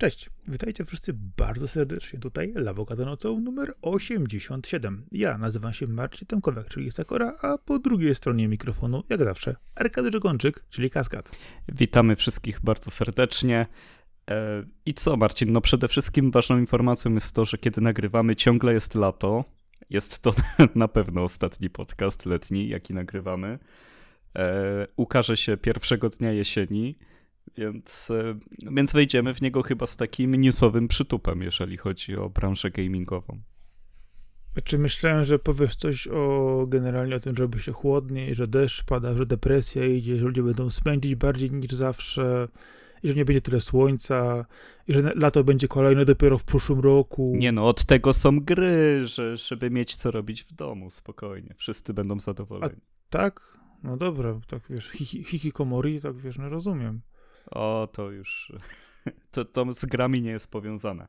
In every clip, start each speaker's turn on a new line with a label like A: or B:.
A: Cześć, witajcie wszyscy bardzo serdecznie. Tutaj Lawokado nocą numer 87. Ja nazywam się Marcin Tomkowiak, czyli Sakora, a po drugiej stronie mikrofonu, jak zawsze, Arkady Żegonczyk, czyli Kaskad.
B: Witamy wszystkich bardzo serdecznie. I co, Marcin? No przede wszystkim ważną informacją jest to, że kiedy nagrywamy, ciągle jest lato. Jest to na pewno ostatni podcast letni, jaki nagrywamy. Ukaże się pierwszego dnia jesieni, więc wejdziemy w niego chyba z takim newsowym przytupem, jeżeli chodzi o branżę gamingową.
A: Czy myślałem, że powiesz coś generalnie o tym, że robi się chłodniej, że deszcz pada, że depresja idzie, że ludzie będą spędzić bardziej niż zawsze, i że nie będzie tyle słońca, i że lato będzie kolejne dopiero w przyszłym roku.
B: Nie no, od tego są gry, żeby mieć co robić w domu, spokojnie. Wszyscy będą zadowoleni.
A: A tak? No dobra, tak wiesz, hikikomori, tak wiesz, no rozumiem.
B: O, to już, to z grami nie jest powiązane.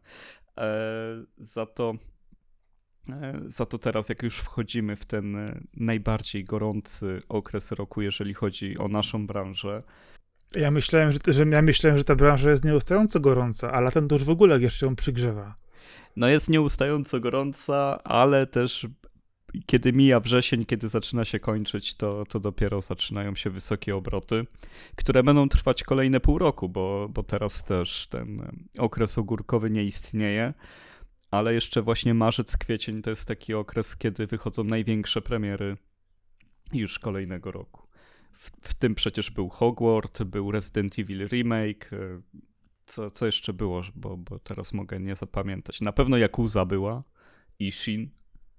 B: Za to teraz, jak już wchodzimy w ten najbardziej gorący okres roku, jeżeli chodzi o naszą branżę.
A: Ja myślałem, że ta branża jest nieustająco gorąca, a latem to już w ogóle jeszcze ją przygrzewa.
B: No jest nieustająco gorąca, ale też kiedy mija wrzesień, kiedy zaczyna się kończyć, to dopiero zaczynają się wysokie obroty, które będą trwać kolejne pół roku, bo teraz też ten okres ogórkowy nie istnieje, ale jeszcze właśnie marzec, kwiecień to jest taki okres, kiedy wychodzą największe premiery już kolejnego roku. W tym przecież był Hogwarts, był Resident Evil Remake, co jeszcze było, bo teraz mogę nie zapamiętać. Na pewno Yakuza była i Shin.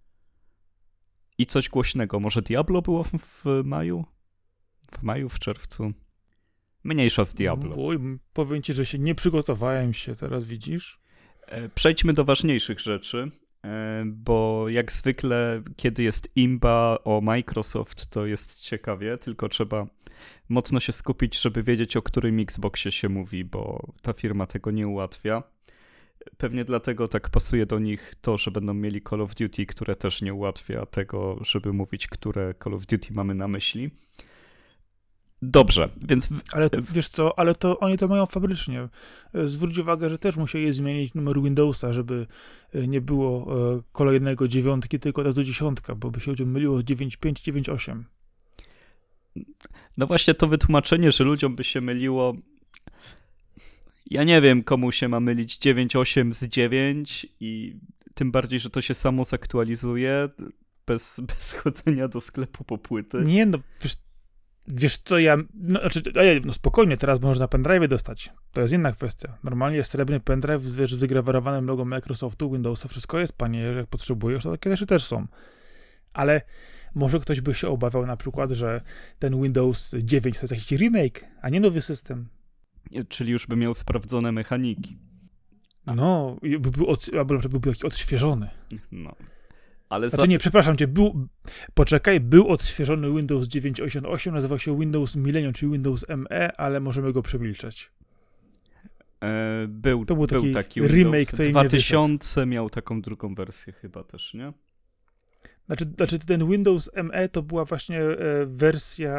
B: I coś głośnego. Może Diablo było w maju? W czerwcu? Mniejsza z Diablo.
A: Powiem ci, że się nie przygotowałem się, teraz widzisz?
B: Przejdźmy do ważniejszych rzeczy, bo jak zwykle, kiedy jest imba o Microsoft, to jest ciekawie, tylko trzeba mocno się skupić, żeby wiedzieć, o którym Xboxie się mówi, bo ta firma tego nie ułatwia. Pewnie dlatego tak pasuje do nich to, że będą mieli Call of Duty, które też nie ułatwia tego, żeby mówić, które Call of Duty mamy na myśli. Dobrze, więc...
A: Ale wiesz co, ale to oni to mają fabrycznie. Zwróć uwagę, że też musieli zmienić numer Windowsa, żeby nie było kolejnego 9, tylko teraz do 10, bo by się ludziom myliło 9.5, 9.8.
B: No właśnie to wytłumaczenie, że ludziom by się myliło... Ja nie wiem, komu się ma mylić 9.8 z 9 i tym bardziej, że to się samo zaktualizuje bez chodzenia do sklepu po płyty.
A: Nie no, wiesz co, no spokojnie, teraz można pendrive'y dostać. To jest inna kwestia. Normalnie jest srebrny pendrive z wygrawerowanym logo Microsoftu, Windowsa, wszystko jest, panie, jak potrzebujesz, to takie rzeczy też są. Ale może ktoś by się obawiał na przykład, że ten Windows 9 to jest jakiś remake, a nie nowy system.
B: Czyli już by miał sprawdzone mechaniki.
A: No, albo by był jakiś odświeżony.
B: No. Ale
A: nie, przepraszam cię, był odświeżony Windows 9.8, nazywał się Windows Millennium, czyli Windows ME, ale możemy go przemilczeć.
B: To był taki
A: remake,
B: co 2000 miał taką drugą wersję chyba też, nie?
A: Znaczy ten Windows ME to była właśnie wersja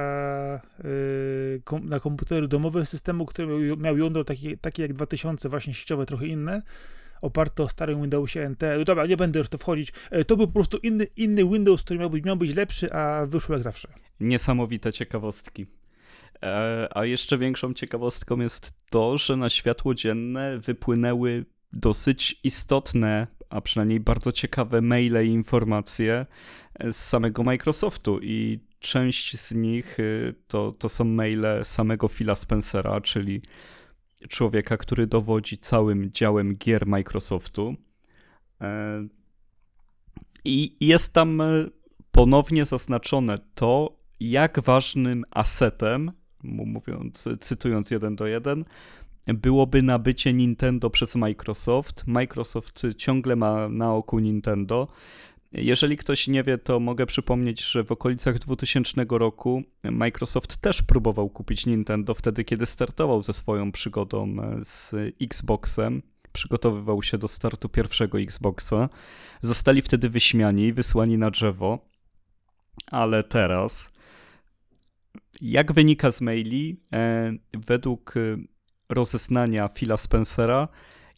A: na komputery domowe systemu, który miał jądro takie jak 2000, właśnie sieciowe, trochę inne, oparte o starym Windowsie NT. Dobra, nie będę już w to wchodzić. To był po prostu inny Windows, który miał być lepszy, a wyszło jak zawsze.
B: Niesamowite ciekawostki. A jeszcze większą ciekawostką jest to, że na światło dzienne wypłynęły dosyć istotne, a przynajmniej bardzo ciekawe maile i informacje z samego Microsoftu i część z nich to są maile samego Phila Spencera, czyli człowieka, który dowodzi całym działem gier Microsoftu. I jest tam ponownie zaznaczone to, jak ważnym asetem, cytując 1:1, byłoby nabycie Nintendo przez Microsoft. Microsoft ciągle ma na oku Nintendo. Jeżeli ktoś nie wie, to mogę przypomnieć, że w okolicach 2000 roku Microsoft też próbował kupić Nintendo wtedy, kiedy startował ze swoją przygodą z Xboxem. Przygotowywał się do startu pierwszego Xboxa. Zostali wtedy wyśmiani, wysłani na drzewo. Ale teraz, jak wynika z maili, według rozeznania Phila Spencera,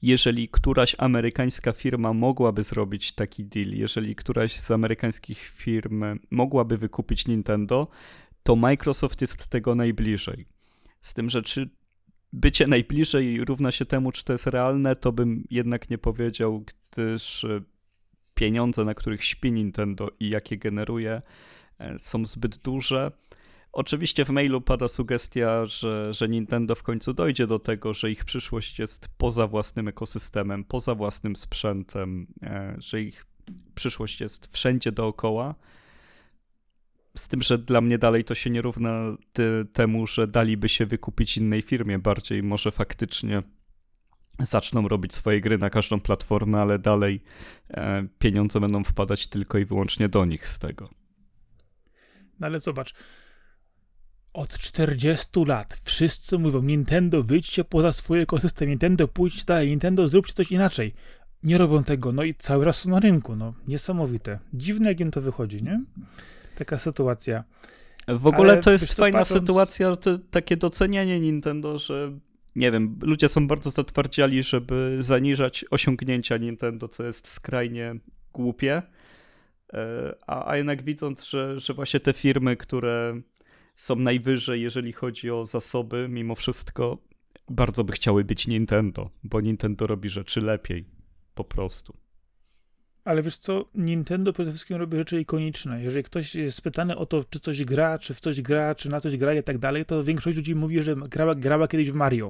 B: jeżeli któraś amerykańska firma mogłaby zrobić taki deal, jeżeli któraś z amerykańskich firm mogłaby wykupić Nintendo, to Microsoft jest tego najbliżej. Z tym, że czy bycie najbliżej równa się temu, czy to jest realne, to bym jednak nie powiedział, gdyż pieniądze, na których śpi Nintendo i jakie generuje, są zbyt duże. Oczywiście w mailu pada sugestia, że Nintendo w końcu dojdzie do tego, że ich przyszłość jest poza własnym ekosystemem, poza własnym sprzętem, że ich przyszłość jest wszędzie dookoła. Z tym, że dla mnie dalej to się nie równa temu, że daliby się wykupić innej firmie. Bardziej może faktycznie zaczną robić swoje gry na każdą platformę, ale dalej pieniądze będą wpadać tylko i wyłącznie do nich z tego.
A: No ale zobacz, od 40 lat wszyscy mówią: Nintendo, wyjdźcie poza swój ekosystem, Nintendo, pójdźcie dalej, Nintendo, zróbcie coś inaczej. Nie robią tego, no i cały raz są na rynku, no niesamowite. Dziwne, jak im to wychodzi, nie? Taka sytuacja.
B: W ogóle
A: Ale
B: to jest
A: wiesz co,
B: fajna
A: patrząc...
B: sytuacja, takie docenianie Nintendo, że nie wiem, ludzie są bardzo zatwardziali, żeby zaniżać osiągnięcia Nintendo, co jest skrajnie głupie, a jednak widząc, że właśnie te firmy, które są najwyżej, jeżeli chodzi o zasoby, mimo wszystko bardzo by chciały być Nintendo, bo Nintendo robi rzeczy lepiej, po prostu.
A: Ale wiesz co, Nintendo przede wszystkim robi rzeczy ikoniczne. Jeżeli ktoś jest pytany o to, czy coś gra, czy w coś gra, czy na coś gra i tak dalej, to większość ludzi mówi, że grała kiedyś w Mario.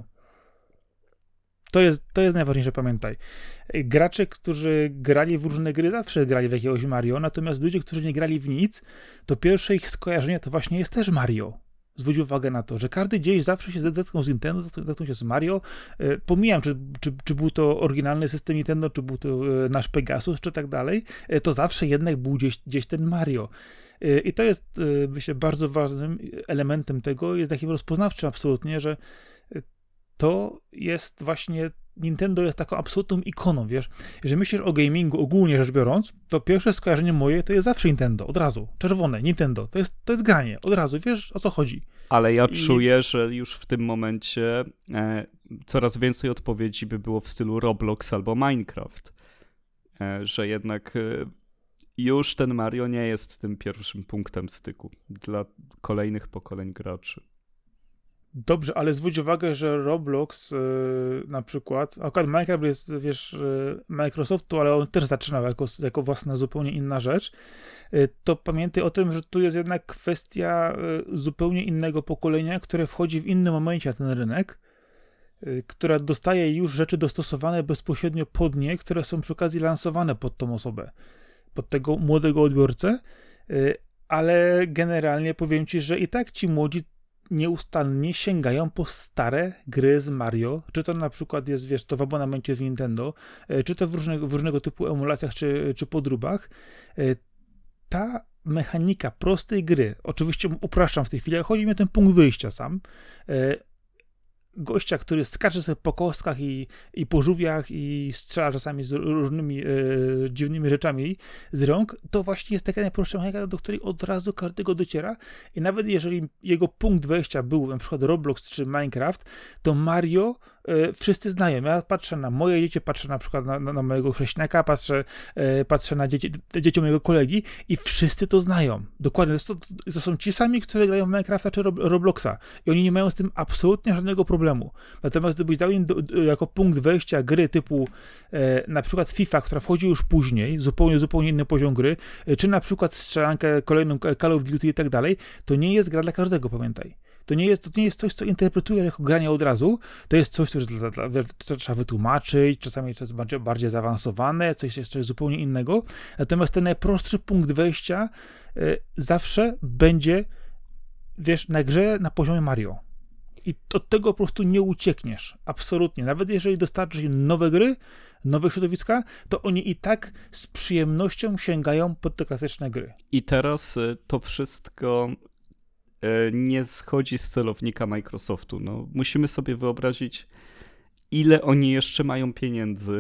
A: To jest najważniejsze, pamiętaj. Gracze, którzy grali w różne gry, zawsze grali w jakiegoś Mario, natomiast ludzie, którzy nie grali w nic, to pierwsze ich skojarzenie to właśnie jest też Mario. Zwróć uwagę na to, że każdy gdzieś zawsze się zetknął z Nintendo, zetknął się z Mario. Pomijam, czy był to oryginalny system Nintendo, czy był to nasz Pegasus, czy tak dalej, to zawsze jednak był gdzieś ten Mario. I to jest, myślę, bardzo ważnym elementem tego, jest takim rozpoznawczym absolutnie, że to jest właśnie, Nintendo jest taką absolutną ikoną, wiesz. Jeżeli myślisz o gamingu ogólnie rzecz biorąc, to pierwsze skojarzenie moje to jest zawsze Nintendo, od razu. Czerwone, Nintendo, to jest granie, od razu, wiesz, o co chodzi.
B: Ale ja czuję, że już w tym momencie coraz więcej odpowiedzi by było w stylu Roblox albo Minecraft. Że jednak już ten Mario nie jest tym pierwszym punktem styku dla kolejnych pokoleń graczy.
A: Dobrze, ale zwróć uwagę, że Roblox na przykład, akurat Minecraft jest, wiesz, Microsoftu, ale on też zaczynał jako własna zupełnie inna rzecz, to pamiętaj o tym, że tu jest jednak kwestia zupełnie innego pokolenia, które wchodzi w innym momencie na ten rynek, która dostaje już rzeczy dostosowane bezpośrednio pod nie, które są przy okazji lansowane pod tą osobę, pod tego młodego odbiorcę, ale generalnie powiem ci, że i tak ci młodzi nieustannie sięgają po stare gry z Mario, czy to na przykład jest, wiesz, to w abonamencie w Nintendo, czy to w różnego typu emulacjach, czy podróbach. Ta mechanika prostej gry, oczywiście upraszczam w tej chwili, ale chodzi mi o ten punkt wyjścia sam, gościa, który skacze sobie po kostkach i po żółwiach i strzela czasami z różnymi dziwnymi rzeczami z rąk, to właśnie jest taka najprostsza mechanika, do której od razu każdego dociera i nawet jeżeli jego punkt wejścia był na przykład Roblox czy Minecraft, to Mario wszyscy znają. Ja patrzę na moje dzieci, patrzę na przykład na mojego chrześniaka, patrzę na dzieci mojego kolegi i wszyscy to znają. Dokładnie. To są ci sami, którzy grają w Minecrafta czy Robloxa i oni nie mają z tym absolutnie żadnego problemu. Natomiast gdybyś dał im jako punkt wejścia gry typu na przykład FIFA, która wchodzi już później, zupełnie inny poziom gry, czy na przykład strzelankę kolejną Call of Duty i tak dalej, to nie jest gra dla każdego, pamiętaj. To nie jest coś, co interpretuję jako granie od razu. To jest coś, co trzeba wytłumaczyć, czasami to jest bardziej zaawansowane, coś jeszcze zupełnie innego. Natomiast ten najprostszy punkt wejścia zawsze będzie, wiesz, na grze na poziomie Mario. I od tego po prostu nie uciekniesz. Absolutnie. Nawet jeżeli dostarczysz im nowe gry, nowe środowiska, to oni i tak z przyjemnością sięgają pod te klasyczne gry.
B: I teraz to wszystko nie schodzi z celownika Microsoftu. No, musimy sobie wyobrazić, ile oni jeszcze mają pieniędzy,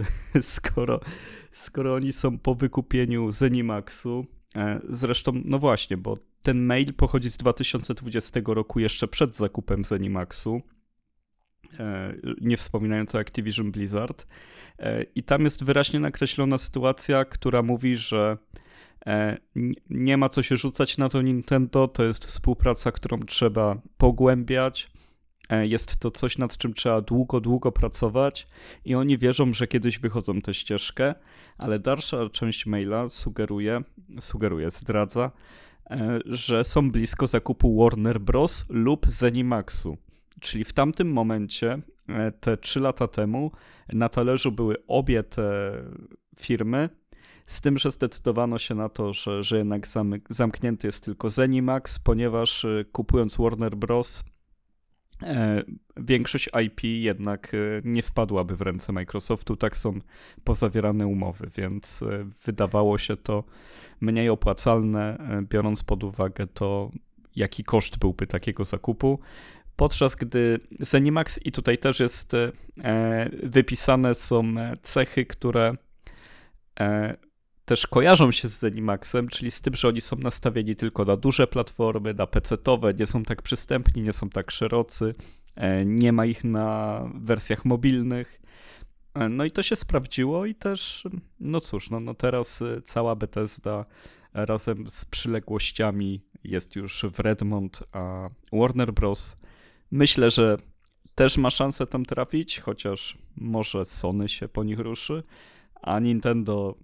B: skoro oni są po wykupieniu Zenimaxu. Zresztą, no właśnie, bo ten mail pochodzi z 2020 roku, jeszcze przed zakupem Zenimaxu. nie wspominając o Activision Blizzard. I tam jest wyraźnie nakreślona sytuacja, która mówi, że nie ma co się rzucać na to Nintendo, to jest współpraca, którą trzeba pogłębiać. Jest to coś, nad czym trzeba długo pracować i oni wierzą, że kiedyś wychodzą tę ścieżkę, ale dalsza część maila zdradza, że są blisko zakupu Warner Bros. Lub Zenimaxu. Czyli w tamtym momencie, te 3 lata temu, na talerzu były obie te firmy, z tym, że zdecydowano się na to, że jednak zamknięty jest tylko Zenimax, ponieważ kupując Warner Bros. Większość IP jednak nie wpadłaby w ręce Microsoftu, tak są pozawierane umowy, więc wydawało się to mniej opłacalne, biorąc pod uwagę to, jaki koszt byłby takiego zakupu. Podczas gdy Zenimax, i tutaj też jest wypisane są cechy, które też kojarzą się z Zenimaxem, czyli z tym, że oni są nastawieni tylko na duże platformy, na PC-towe, nie są tak przystępni, nie są tak szerocy, nie ma ich na wersjach mobilnych. No i to się sprawdziło i też, no cóż, no teraz cała Bethesda razem z przyległościami jest już w Redmond, a Warner Bros. Myślę, że też ma szansę tam trafić, chociaż może Sony się po nich ruszy, a Nintendo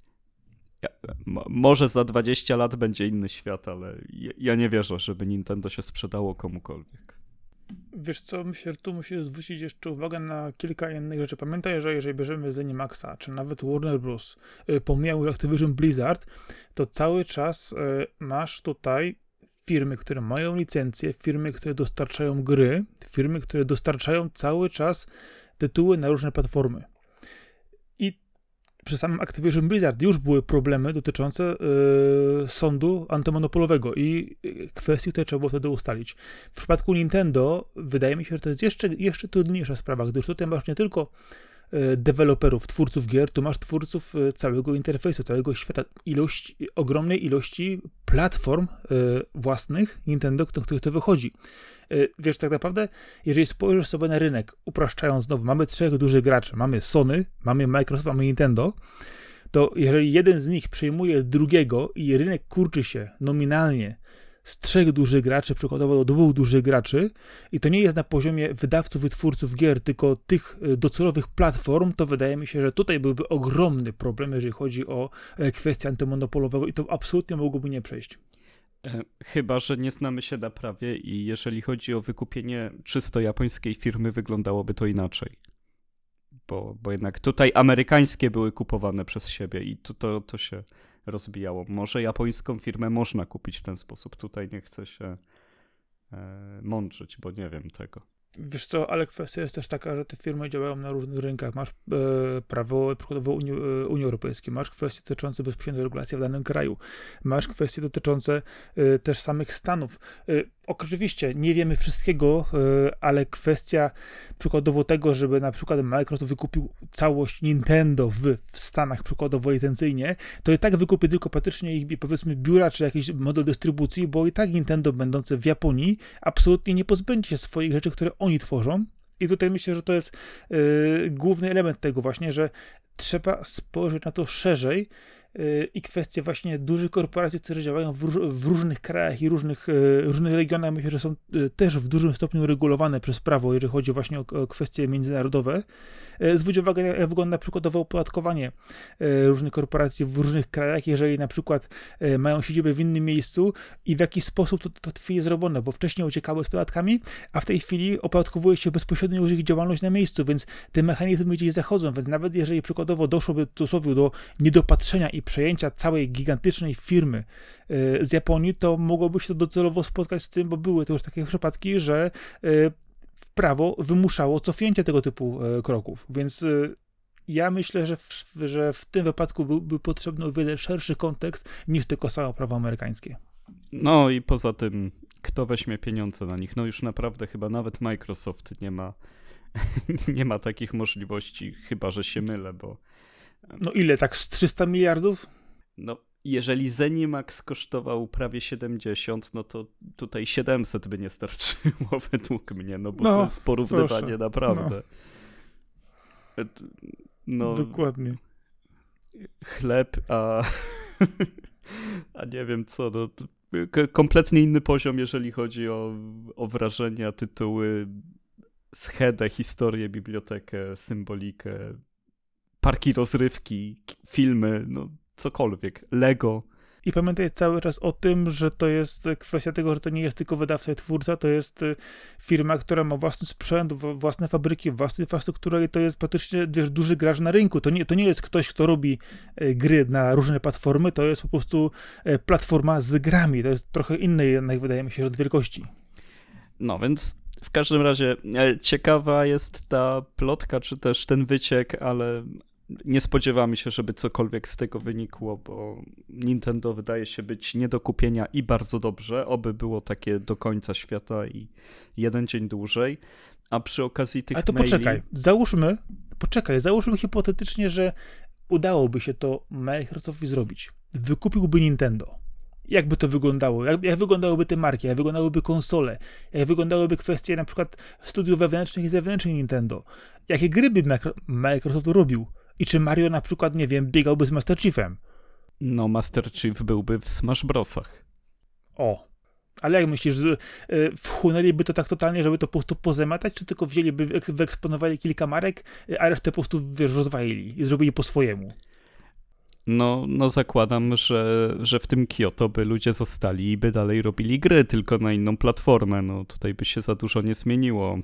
B: może za 20 lat będzie inny świat, ale ja nie wierzę, żeby Nintendo się sprzedało komukolwiek.
A: Wiesz co, myślę, że tu musisz zwrócić jeszcze uwagę na kilka innych rzeczy. Pamiętaj, że jeżeli bierzemy Zenimaxa, czy nawet Warner Bros., pomijając Activision Blizzard, to cały czas masz tutaj firmy, które mają licencje, firmy, które dostarczają gry, firmy, które dostarczają cały czas tytuły na różne platformy. I przy samym Activision Blizzard już były problemy dotyczące sądu antymonopolowego i kwestii, które trzeba było wtedy ustalić. W przypadku Nintendo wydaje mi się, że to jest jeszcze trudniejsza sprawa, gdyż tutaj masz nie tylko deweloperów, twórców gier, tu masz twórców całego interfejsu, całego świata, ogromnej ilości platform własnych Nintendo, do których to wychodzi. Wiesz, tak naprawdę, jeżeli spojrzysz sobie na rynek, upraszczając znowu, mamy 3 dużych graczy, mamy Sony, mamy Microsoft, mamy Nintendo, to jeżeli jeden z nich przejmuje drugiego i rynek kurczy się nominalnie z 3 dużych graczy, przykładowo do 2 dużych graczy, i to nie jest na poziomie wydawców i twórców gier, tylko tych docelowych platform, to wydaje mi się, że tutaj byłby ogromny problem, jeżeli chodzi o kwestię antymonopolowego i to absolutnie mogłoby nie przejść.
B: Chyba że nie znamy się na prawie i jeżeli chodzi o wykupienie czysto japońskiej firmy, wyglądałoby to inaczej. Bo jednak tutaj amerykańskie były kupowane przez siebie i to się rozbijało. Może japońską firmę można kupić w ten sposób. Tutaj nie chcę się mądrzyć, bo nie wiem tego.
A: Wiesz co, ale kwestia jest też taka, że te firmy działają na różnych rynkach. Masz prawo przykładowo Unii Europejskiej, masz kwestie dotyczące bezpośredniej regulacji w danym kraju, masz kwestie dotyczące też samych Stanów. Oczywiście nie wiemy wszystkiego, ale kwestia przykładowo tego, żeby na przykład Microsoft wykupił całość Nintendo w Stanach przykładowo licencyjnie, to i tak wykupi tylko praktycznie ich, powiedzmy, biura czy jakiś model dystrybucji, bo i tak Nintendo będące w Japonii absolutnie nie pozbędzie się swoich rzeczy, które oni tworzą. I tutaj myślę, że to jest główny element tego właśnie, że trzeba spojrzeć na to szerzej i kwestie właśnie dużych korporacji, które działają w różnych krajach i różnych regionach, myślę, że są też w dużym stopniu regulowane przez prawo, jeżeli chodzi właśnie o kwestie międzynarodowe. Zwróć uwagę, jak wygląda przykładowo opodatkowanie różnych korporacji w różnych krajach, jeżeli na przykład mają siedzibę w innym miejscu i w jaki sposób to w tej chwili jest zrobione, bo wcześniej uciekały z podatkami, a w tej chwili opodatkowuje się bezpośrednio już ich działalność na miejscu, więc te mechanizmy gdzieś zachodzą, więc nawet jeżeli przykładowo doszłoby w cudzysłowie do niedopatrzenia i przejęcia całej gigantycznej firmy z Japonii, to mogłoby się to docelowo spotkać z tym, bo były to już takie przypadki, że prawo wymuszało cofnięcie tego typu kroków. Więc ja myślę, że w tym wypadku byłby potrzebny o wiele szerszy kontekst niż tylko samo prawo amerykańskie.
B: No i poza tym, kto weźmie pieniądze na nich? No już naprawdę chyba nawet Microsoft nie ma takich możliwości, chyba że się mylę, bo...
A: No ile, tak z 300 miliardów?
B: No jeżeli Zenimax kosztował prawie 70, no to tutaj 700 by nie starczyło według mnie, no bo to jest porównywanie
A: proszę.
B: naprawdę. No,
A: dokładnie.
B: chleb, a nie wiem co, no, kompletnie inny poziom, jeżeli chodzi o wrażenia, tytuły, schedę, historię, bibliotekę, symbolikę, parki rozrywki, filmy, no cokolwiek, Lego.
A: I pamiętaj cały czas o tym, że to jest kwestia tego, że to nie jest tylko wydawca i twórca, to jest firma, która ma własny sprzęt, własne fabryki, własną infrastrukturę i to jest praktycznie, wiesz, duży gracz na rynku. To nie jest ktoś, kto robi gry na różne platformy, to jest po prostu platforma z grami. To jest trochę inny jednak, wydaje mi się, od wielkości.
B: No więc w każdym razie ciekawa jest ta plotka, czy też ten wyciek, ale nie spodziewamy się, żeby cokolwiek z tego wynikło, bo Nintendo wydaje się być nie do kupienia i bardzo dobrze, oby było takie do końca świata i jeden dzień dłużej, a przy okazji tych
A: Ale to
B: maili...
A: załóżmy hipotetycznie, że udałoby się to Microsoftowi zrobić. Wykupiłby Nintendo. Jak by to wyglądało? Jak wyglądałyby te marki? Jak wyglądałyby konsole? Jak wyglądałyby kwestie na przykład studiów wewnętrznych i zewnętrznych Nintendo? Jakie gry by Microsoft robił? I czy Mario na przykład, nie wiem, biegałby z Master Chiefem?
B: No, Master Chief byłby w Smash Brosach.
A: O. Ale jak myślisz, wchłonęliby to tak totalnie, żeby to po prostu pozamiatać, czy tylko wzięliby, wyeksponowali kilka marek, a resztę po prostu, wiesz, rozwalili i zrobili po swojemu?
B: No zakładam, że w tym Kyoto by ludzie zostali i by dalej robili gry, tylko na inną platformę. No tutaj by się za dużo nie zmieniło.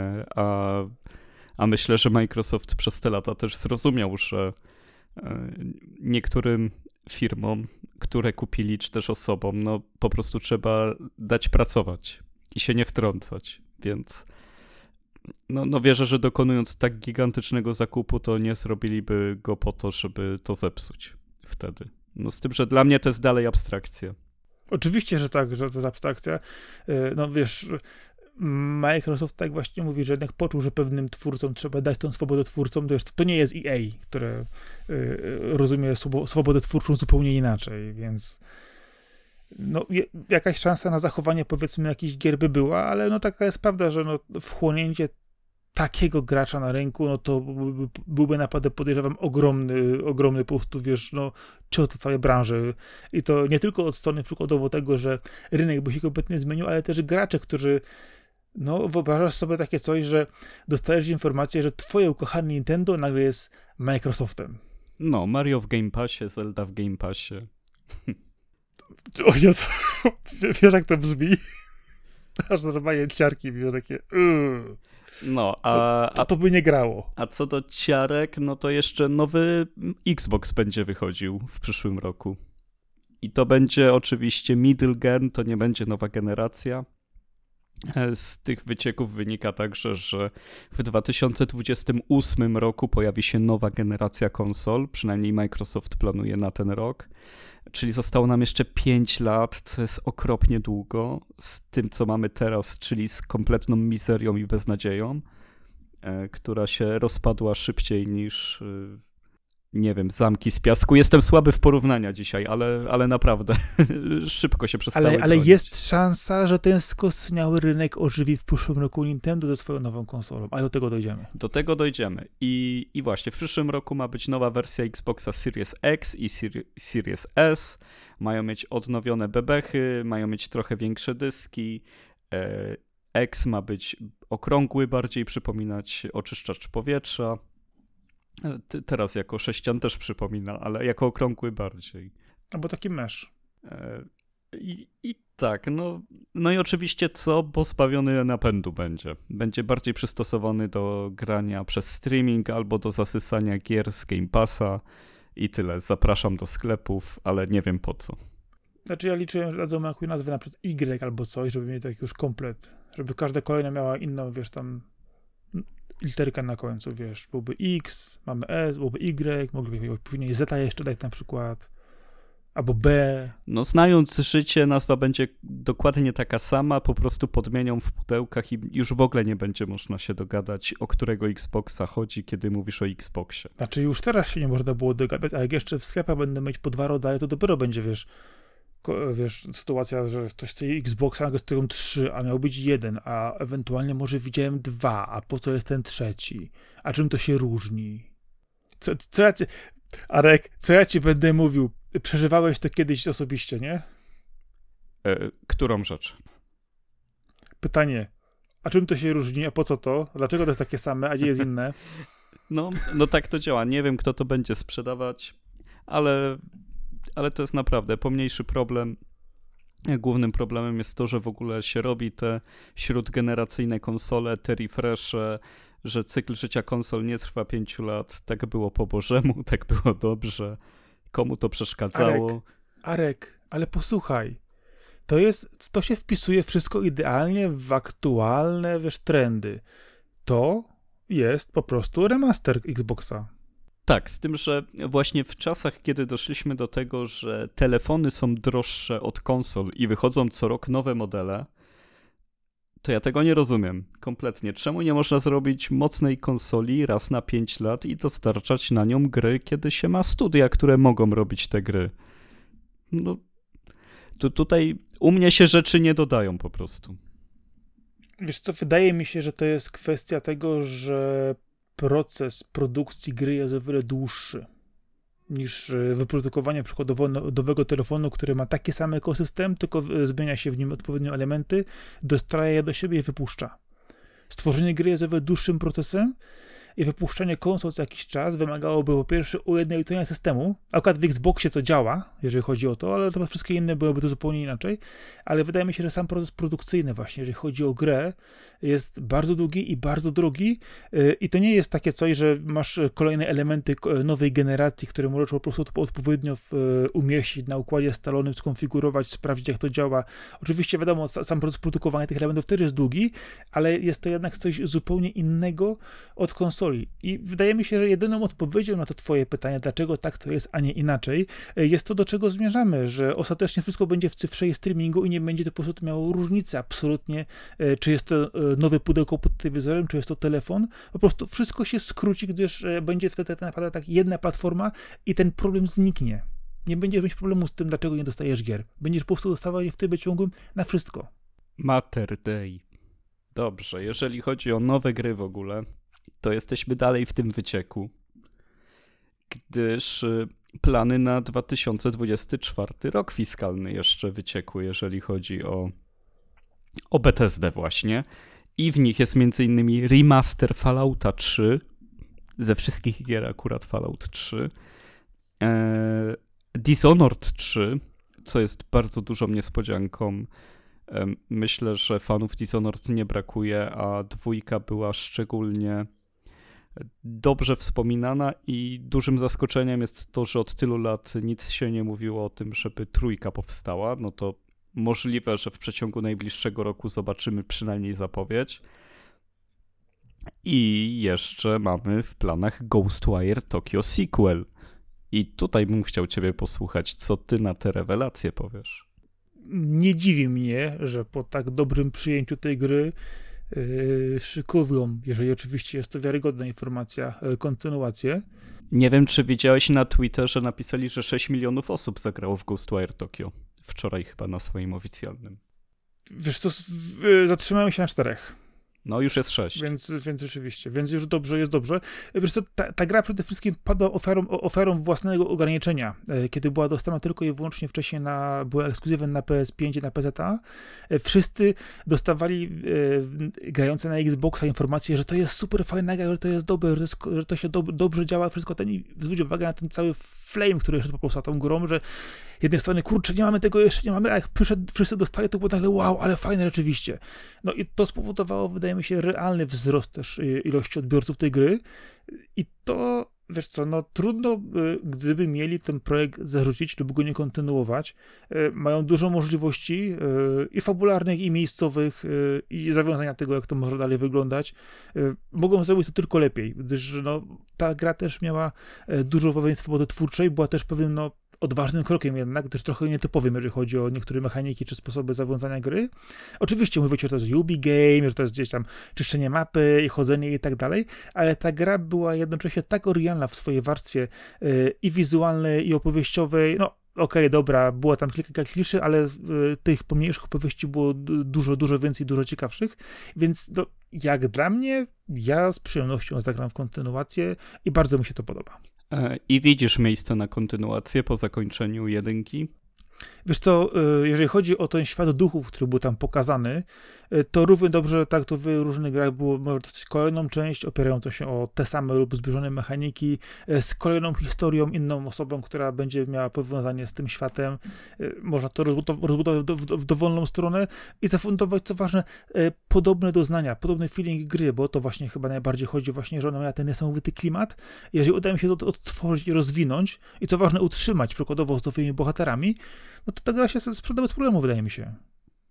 B: A myślę, że Microsoft przez te lata też zrozumiał, że niektórym firmom, które kupili, czy też osobom, no po prostu trzeba dać pracować i się nie wtrącać, więc no wierzę, że dokonując tak gigantycznego zakupu, to nie zrobiliby go po to, żeby to zepsuć wtedy. No z tym, że dla mnie to jest dalej abstrakcja.
A: Oczywiście, że tak, że to jest abstrakcja. No wiesz, Microsoft tak właśnie mówi, że jednak poczuł, że pewnym twórcom trzeba dać tą swobodę twórcom. To nie jest EA, które rozumie swobodę twórczą zupełnie inaczej, więc no, jakaś szansa na zachowanie, powiedzmy, jakichś gier by była, ale no taka jest prawda, że no, wchłonięcie takiego gracza na rynku, no to byłby naprawdę, podejrzewam, ogromny po prostu, wiesz, no, cios dla całej branży. I to nie tylko od strony przykładowo tego, że rynek by się kompletnie zmienił, ale też gracze, którzy, no, wyobrażasz sobie takie coś, że dostajesz informację, że twoje ukochane Nintendo nagle jest Microsoftem.
B: No, Mario w Game Passie, Zelda w Game Passie.
A: O Jezu, wiesz jak to brzmi? Aż normalnie ciarki biją takie...
B: No,
A: to by nie grało.
B: A co do ciarek, no to jeszcze nowy Xbox będzie wychodził w przyszłym roku. I to będzie oczywiście middle gen, to nie będzie nowa generacja. Z tych wycieków wynika także, że w 2028 roku pojawi się nowa generacja konsol, przynajmniej Microsoft planuje na ten rok. Czyli zostało nam jeszcze 5 lat, co jest okropnie długo, z tym, co mamy teraz, czyli z kompletną mizerią i beznadzieją, która się rozpadła szybciej niż, nie wiem, zamki z piasku. Jestem słaby w porównania dzisiaj, ale naprawdę szybko się przestały
A: ale jest szansa, że ten skostniały rynek ożywi w przyszłym roku Nintendo ze swoją nową konsolą, a do tego dojdziemy.
B: Do tego dojdziemy. I właśnie w przyszłym roku ma być nowa wersja Xboxa Series X i Series S. Mają mieć odnowione bebechy, mają mieć trochę większe dyski. X ma być okrągły, bardziej przypominać oczyszczacz powietrza. Teraz jako sześcian też przypomina, ale jako okrągły bardziej.
A: Albo taki mesh.
B: I tak, no i oczywiście pozbawiony napędu będzie. Będzie bardziej przystosowany do grania przez streaming albo do zasysania gier z Game Passa i tyle. Zapraszam do sklepów, ale nie wiem po co.
A: Znaczy ja liczyłem, że dadzą jakąś nazwę na przykład Y albo coś, żeby mieć taki już komplet. Żeby każda kolejna miała inną, wiesz, tam literkę na końcu, wiesz. Byłby X, mamy S, byłby Y, mogliby później Z jeszcze dać na przykład. albo B.
B: No znając życie, nazwa będzie dokładnie taka sama, po prostu podmienią w pudełkach i już w ogóle nie będzie można się dogadać, o którego Xboxa chodzi, kiedy mówisz o Xboxie.
A: Znaczy już teraz się nie można było dogadać, a jak jeszcze w sklepach będą mieć po 2 rodzaje, to dopiero będzie, wiesz, sytuacja, że ktoś chce Xboxa, a stoją 3, a miał być 1, a ewentualnie może widziałem 2, a po co jest ten trzeci? A czym to się różni? Arek, co ja ci będę mówił? Przeżywałeś to kiedyś osobiście, nie?
B: Którą rzecz?
A: Pytanie, a czym to się różni, a po co to? Dlaczego to jest takie same, a nie jest inne?
B: No tak to działa. Nie wiem, kto to będzie sprzedawać, ale to jest naprawdę pomniejszy problem. Głównym problemem jest to, że w ogóle się robi te śródgeneracyjne konsole, te refreshe, że cykl życia konsol nie trwa 5 lat. Tak było po Bożemu, tak było dobrze. Komu to przeszkadzało?
A: Arek, ale posłuchaj. To się wpisuje wszystko idealnie w aktualne, trendy. To jest po prostu remaster Xboxa.
B: Tak, z tym, że właśnie w czasach, kiedy doszliśmy do tego, że telefony są droższe od konsol i wychodzą co rok nowe modele, to ja tego nie rozumiem kompletnie. Czemu nie można zrobić mocnej konsoli raz na 5 lat i dostarczać na nią gry, kiedy się ma studia, które mogą robić te gry? No, tutaj u mnie się rzeczy nie dodają po prostu.
A: Wiesz co, wydaje mi się, że to jest kwestia tego, że proces produkcji gry jest o wiele dłuższy niż wyprodukowanie przykładowo nowego telefonu, który ma taki sam ekosystem, tylko zmienia się w nim odpowiednio elementy, dostraja je do siebie i wypuszcza. Stworzenie gry jest o wiele dłuższym procesem i wypuszczanie konsol co jakiś czas wymagałoby po pierwsze ujednolicenia systemu. Akurat w Xboxie to działa, jeżeli chodzi o to, ale to wszystkie inne byłoby to zupełnie inaczej. Ale wydaje mi się, że sam proces produkcyjny właśnie, jeżeli chodzi o grę, jest bardzo długi i bardzo drogi i to nie jest takie coś, że masz kolejne elementy nowej generacji, które możesz po prostu odpowiednio umieścić na układzie scalonym, skonfigurować, sprawdzić jak to działa. Oczywiście wiadomo, sam proces produkowania tych elementów też jest długi, ale jest to jednak coś zupełnie innego od konsoli. I wydaje mi się, że jedyną odpowiedzią na to twoje pytanie, dlaczego tak to jest, a nie inaczej, jest to, do czego zmierzamy, że ostatecznie wszystko będzie w cyfrze i streamingu i nie będzie to po prostu miało różnicy absolutnie, czy jest to nowe pudełko pod telewizorem, czy jest to telefon. Po prostu wszystko się skróci, gdyż będzie wtedy tak naprawdę tak jedna platforma i ten problem zniknie. Nie będziesz mieć problemu z tym, dlaczego nie dostajesz gier. Będziesz po prostu dostawał je w trybie ciągłym na wszystko.
B: Mater Dei. Dobrze, jeżeli chodzi o nowe gry w ogóle, to jesteśmy dalej w tym wycieku, gdyż plany na 2024 rok fiskalny jeszcze wyciekły, jeżeli chodzi o Bethesdę właśnie. I w nich jest m.in. remaster Fallouta 3, ze wszystkich gier akurat Fallout 3, Dishonored 3, co jest bardzo dużą niespodzianką. Myślę, że fanów Dishonored nie brakuje, a 2 była szczególnie dobrze wspominana i dużym zaskoczeniem jest to, że od tylu lat nic się nie mówiło o tym, żeby 3 powstała. No to możliwe, że w przeciągu najbliższego roku zobaczymy przynajmniej zapowiedź. I jeszcze mamy w planach Ghostwire Tokyo Sequel. I tutaj bym chciał ciebie posłuchać, co ty na te rewelacje powiesz.
A: Nie dziwi mnie, że po tak dobrym przyjęciu tej gry szykują, jeżeli oczywiście jest to wiarygodna informacja, kontynuację.
B: Nie wiem, czy widziałeś na Twitterze, napisali, że 6 milionów osób zagrało w Ghostwire Tokyo. Wczoraj chyba na swoim oficjalnym.
A: Wiesz co, zatrzymałem się na 4.
B: No już jest 6.
A: Więc rzeczywiście, więc już dobrze, jest dobrze. Wiesz co, ta gra przede wszystkim padła ofiarą własnego ograniczenia. Kiedy była dostępna tylko i wyłącznie wcześniej była ekskluzywem na PS5 i na PZA, wszyscy dostawali grające na Xboxa informacje, że to jest super fajna gra, że to jest dobre, że to się dobrze działa, wszystko ten i zwróć uwagę na ten cały flame, który jest po prostu tą grą, że z jednej strony, kurczę, nie mamy tego jeszcze, nie mamy, a jak wszyscy dostali, to było nagle wow, ale fajne rzeczywiście. No i to spowodowało, wydaje mi się, realny wzrost też ilości odbiorców tej gry i to, wiesz co, no trudno, gdyby mieli ten projekt zarzucić lub go nie kontynuować. Mają dużo możliwości i fabularnych, i miejscowych, i zawiązania tego, jak to może dalej wyglądać. Mogą zrobić to tylko lepiej, gdyż no, ta gra też miała dużo pewnej swobody twórczej, była też pewnym, no, odważnym krokiem jednak, też trochę nietypowym, jeżeli chodzi o niektóre mechaniki czy sposoby zawiązania gry. Oczywiście mówicie, że to jest UB game, że to jest gdzieś tam czyszczenie mapy i chodzenie i tak dalej, ale ta gra była jednocześnie tak oryginalna w swojej warstwie i wizualnej, i opowieściowej, no okej, dobra, było tam kilka kliszy, ale tych pomniejszych opowieści było dużo więcej, dużo ciekawszych, więc no, jak dla mnie, ja z przyjemnością zagram w kontynuację i bardzo mi się to podoba.
B: I widzisz miejsce na kontynuację po zakończeniu jedynki?
A: Wiesz co, jeżeli chodzi o ten świat duchów, który był tam pokazany, to równie dobrze, tak to w różnych grach było, może dostać kolejną część opierającą się o te same lub zbliżone mechaniki, z kolejną historią, inną osobą, która będzie miała powiązanie z tym światem. Można to rozbudować w dowolną stronę i zafundować, co ważne, podobne doznania, podobny feeling gry, bo to właśnie chyba najbardziej chodzi właśnie, że ona miała ten niesamowity klimat. Jeżeli uda mi się to odtworzyć i rozwinąć i co ważne, utrzymać przykładowo z nowymi bohaterami, no to ta gra się sprzeda bez problemu, wydaje mi się.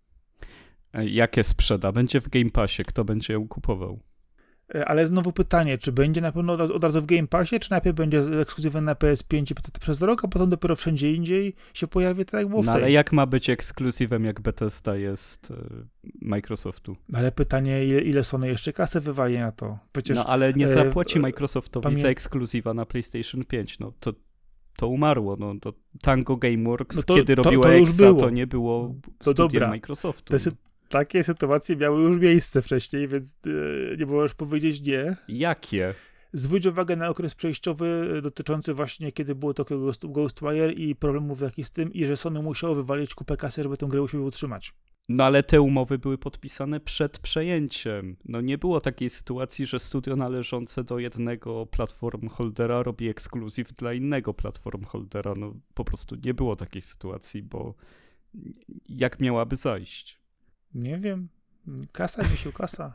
B: Jakie sprzeda? Będzie w Game Passie. Kto będzie ją kupował?
A: Ale znowu pytanie, czy będzie na pewno od razu w Game Passie, czy najpierw będzie ekskluzywny na PS5 i PC przez rok, a potem dopiero wszędzie indziej się pojawi, tak jak było w tej.
B: Ale jak ma być ekskluzywem, jak Bethesda jest Microsoftu?
A: Ale pytanie, ile Sony jeszcze kasę wywali na to? Przecież,
B: no ale nie zapłaci Microsoftowi za ekskluzywa na PlayStation 5. No to umarło. No, to Tango Gameworks, no kiedy robiło Exa, to nie było studiem Microsoftu.
A: Takie sytuacje miały już miejsce wcześniej, więc nie możesz powiedzieć nie.
B: Jakie?
A: Zwróć uwagę na okres przejściowy dotyczący właśnie, kiedy było to Ghostwire i problemów takich z tym, i że Sony musiało wywalić kupę kasy, żeby tę grę u siebie utrzymać.
B: No ale te umowy były podpisane przed przejęciem. No nie było takiej sytuacji, że studio należące do jednego platform holdera robi ekskluzyw dla innego platform holdera. No po prostu nie było takiej sytuacji, bo jak miałaby zajść?
A: Nie wiem. Kasa, misiu, kasa.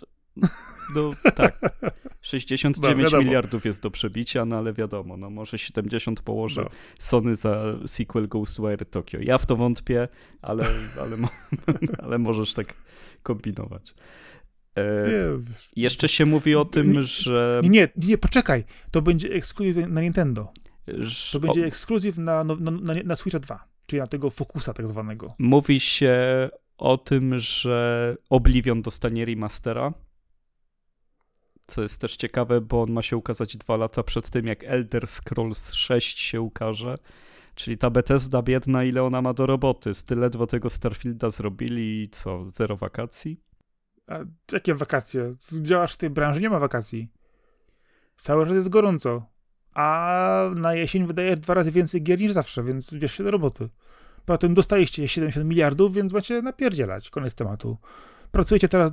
B: No tak. 69 miliardów jest do przebicia, no ale wiadomo, no może 70 położy Sony za sequel Ghostwire Tokyo. Ja w to wątpię, ale możesz tak kombinować. Jeszcze się mówi o tym, że...
A: Nie, poczekaj. To będzie ekskluzyw na Nintendo. To będzie ekskluzyw na Switcha 2, czyli na tego Focusa tak zwanego.
B: Mówi się o tym, że Oblivion dostanie remastera, co jest też ciekawe, bo on ma się ukazać 2 lata przed tym, jak Elder Scrolls 6 się ukaże. Czyli ta Bethesda biedna, ile ona ma do roboty. Ledwo tego Starfielda zrobili i co, 0 wakacji?
A: A jakie wakacje? Działasz w tej branży, nie ma wakacji. Cały czas jest gorąco. A na jesień wydajesz 2 razy więcej gier niż zawsze, więc bierz się do roboty. Potem dostaliście 70 miliardów, więc macie napierdzielać. Koniec tematu. Pracujecie teraz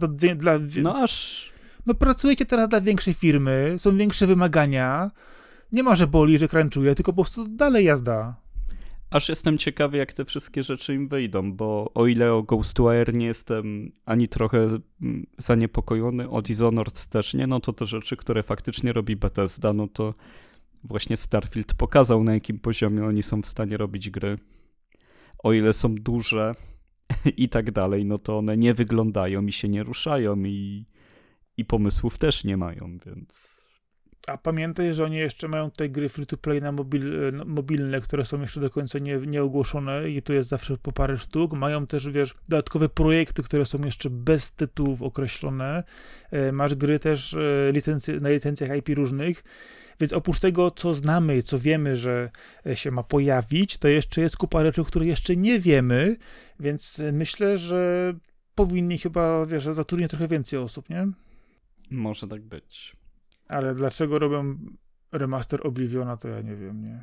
A: pracujecie teraz dla większej firmy, są większe wymagania. Nie ma, że boli, że crunchuje, tylko po prostu dalej jazda.
B: Aż jestem ciekawy, jak te wszystkie rzeczy im wyjdą, bo o ile o Ghostwire nie jestem ani trochę zaniepokojony, o Dishonored też nie, no to te rzeczy, które faktycznie robi Bethesda, no to właśnie Starfield pokazał, na jakim poziomie oni są w stanie robić gry. O ile są duże i tak dalej, no to one nie wyglądają i się nie ruszają i pomysłów też nie mają, więc...
A: A pamiętaj, że oni jeszcze mają tutaj gry free-to-play na mobilne, które są jeszcze do końca nie ogłoszone i tu jest zawsze po parę sztuk. Mają też, dodatkowe projekty, które są jeszcze bez tytułów określone. Masz gry też na licencjach IP różnych. Więc oprócz tego, co znamy, co wiemy, że się ma pojawić, to jeszcze jest kupa rzeczy, które jeszcze nie wiemy, więc myślę, że powinni chyba, zatrudnić trochę więcej osób, nie?
B: Może tak być.
A: Ale dlaczego robią remaster Obliviona, to ja nie wiem, nie?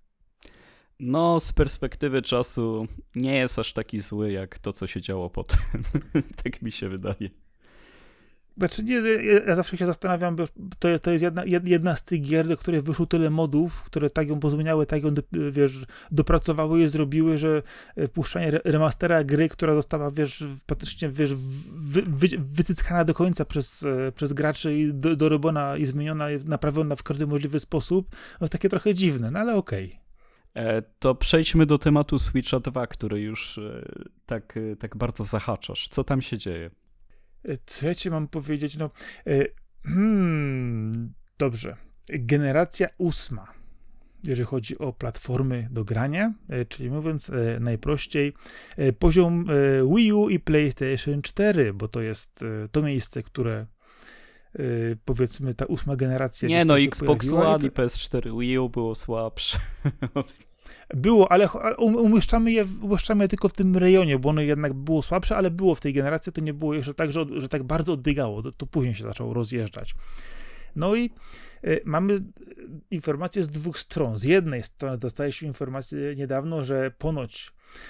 B: No, z perspektywy czasu nie jest aż taki zły, jak to, co się działo potem. Tak mi się wydaje.
A: Znaczy, nie, ja zawsze się zastanawiam, bo to jest jedna z tych gier, do której wyszło tyle modów, które tak ją pozmieniały, tak ją, dopracowały i zrobiły, że puszczanie remastera gry, która została, praktycznie, wycyckana do końca przez graczy i dorobiona i zmieniona, i naprawiona w każdy możliwy sposób, to jest takie trochę dziwne, no ale okej.
B: To przejdźmy do tematu Switcha 2, który już tak bardzo zahaczasz. Co tam się dzieje?
A: Co ja ci mam powiedzieć? Dobrze. Generacja 8. jeżeli chodzi o platformy do grania, czyli mówiąc najprościej, poziom Wii U i PlayStation 4, bo to jest to miejsce, które powiedzmy ta 8 generacja
B: Nie no,
A: się
B: Xbox
A: pojawiła
B: One i PS4 Wii U było słabsze.
A: Było, ale umieszczamy je tylko w tym rejonie, bo ono jednak było słabsze, ale było w tej generacji, to nie było jeszcze tak, że tak bardzo odbiegało, to później się zaczęło rozjeżdżać. No i mamy informacje z dwóch stron. Z jednej strony dostaliśmy informację niedawno, że ponoć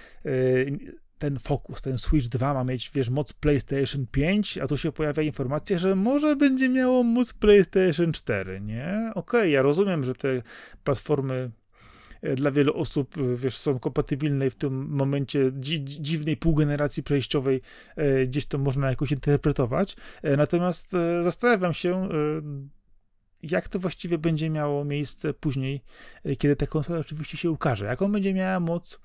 A: ten Focus, ten Switch 2 ma mieć, moc PlayStation 5, a tu się pojawia informacja, że może będzie miało moc PlayStation 4, nie? Okej, ja rozumiem, że te platformy dla wielu osób, są kompatybilne i w tym momencie dziwnej półgeneracji przejściowej gdzieś to można jakoś interpretować. Natomiast zastanawiam się, jak to właściwie będzie miało miejsce później, kiedy ta konsola oczywiście się ukaże. Jaką będzie miała moc,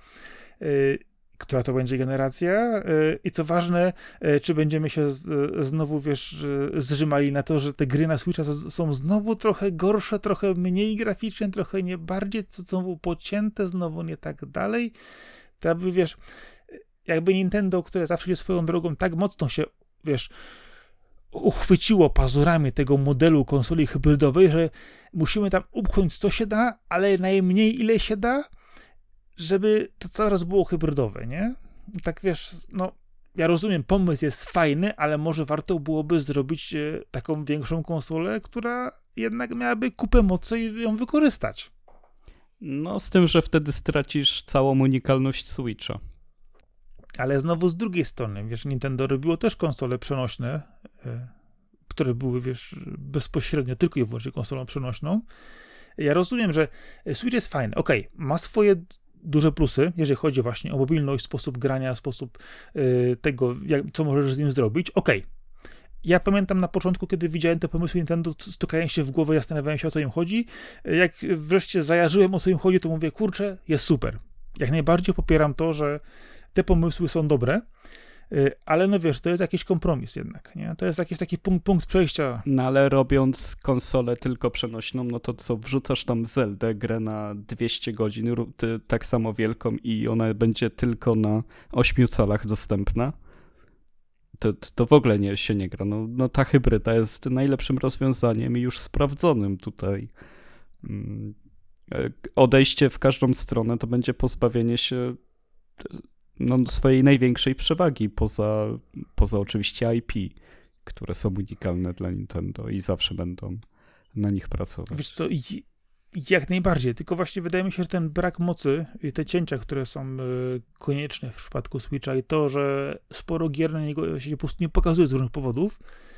A: która to będzie generacja i co ważne, czy będziemy się znowu, zrzymali na to, że te gry na Switcha są znowu trochę gorsze, trochę mniej graficzne, trochę nie bardziej, co znowu pocięte, znowu nie tak dalej. To jakby Nintendo, które zawsze jest swoją drogą, tak mocno się, uchwyciło pazurami tego modelu konsoli hybrydowej, że musimy tam upchnąć co się da, ale najmniej ile się da, żeby to coraz było hybrydowe, nie? Tak ja rozumiem, pomysł jest fajny, ale może warto byłoby zrobić taką większą konsolę, która jednak miałaby kupę mocy i ją wykorzystać.
B: No z tym, że wtedy stracisz całą unikalność Switcha.
A: Ale znowu z drugiej strony, Nintendo robiło też konsole przenośne, które były, bezpośrednio tylko i wyłącznie konsolą przenośną. Ja rozumiem, że Switch jest fajny. Okej, ma swoje duże plusy, jeżeli chodzi właśnie o mobilność, sposób grania, sposób tego, co możesz z nim zrobić. Okej. Ja pamiętam na początku, kiedy widziałem te pomysły Nintendo, stukałem się w głowę, zastanawiałem się, o co im chodzi. Jak wreszcie zajarzyłem, o co im chodzi, to mówię, kurczę, jest super. Jak najbardziej popieram to, że te pomysły są dobre, ale to jest jakiś kompromis jednak, nie? To jest jakiś taki punkt przejścia.
B: No ale robiąc konsolę tylko przenośną, no to co, wrzucasz tam Zeldę, grę na 200 godzin, tak samo wielką i ona będzie tylko na 8 calach dostępna? To w ogóle się nie gra. No ta hybryda jest najlepszym rozwiązaniem i już sprawdzonym tutaj. Odejście w każdą stronę to będzie pozbawienie się swojej największej przewagi, poza oczywiście IP, które są unikalne dla Nintendo i zawsze będą na nich pracować.
A: Wiesz co, jak najbardziej, tylko właśnie wydaje mi się, że ten brak mocy i te cięcia, które są konieczne w przypadku Switcha i to, że sporo gier na niego się po prostu nie pokazuje z różnych powodów.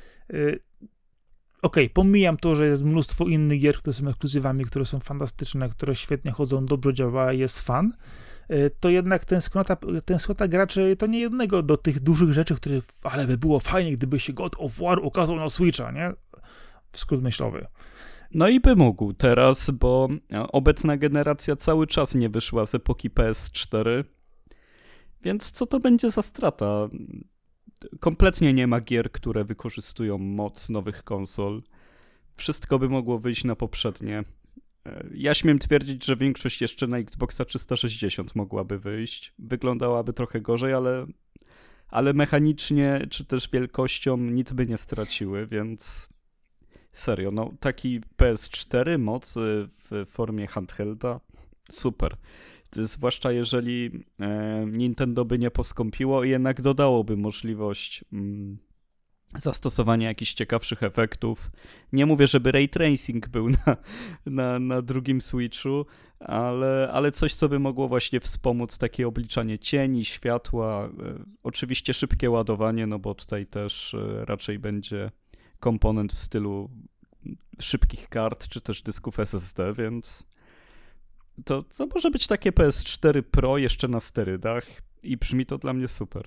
A: Pomijam to, że jest mnóstwo innych gier, które są ekskluzywami, które są fantastyczne, które świetnie chodzą, dobrze działa, jest fan. To jednak tęsknota graczy to nie jednego do tych dużych rzeczy, które, ale by było fajnie, gdyby się God of War ukazał na Switcha, nie? Skrót myślowy.
B: No i by mógł teraz, bo obecna generacja cały czas nie wyszła z epoki PS4, więc co to będzie za strata? Kompletnie nie ma gier, które wykorzystują moc nowych konsol. Wszystko by mogło wyjść na poprzednie. Ja śmiem twierdzić, że większość jeszcze na Xboxa 360 mogłaby wyjść. Wyglądałaby trochę gorzej, ale mechanicznie czy też wielkością nic by nie straciły, więc serio, taki PS4 moc w formie handhelda, super. Zwłaszcza jeżeli Nintendo by nie poskąpiło i jednak dodałoby możliwość zastosowania jakichś ciekawszych efektów. Nie mówię, żeby ray tracing był na drugim Switchu, ale coś, co by mogło właśnie wspomóc takie obliczanie cieni, światła, oczywiście szybkie ładowanie, bo tutaj też raczej będzie komponent w stylu szybkich kart, czy też dysków SSD, więc to może być takie PS4 Pro jeszcze na sterydach i brzmi to dla mnie super.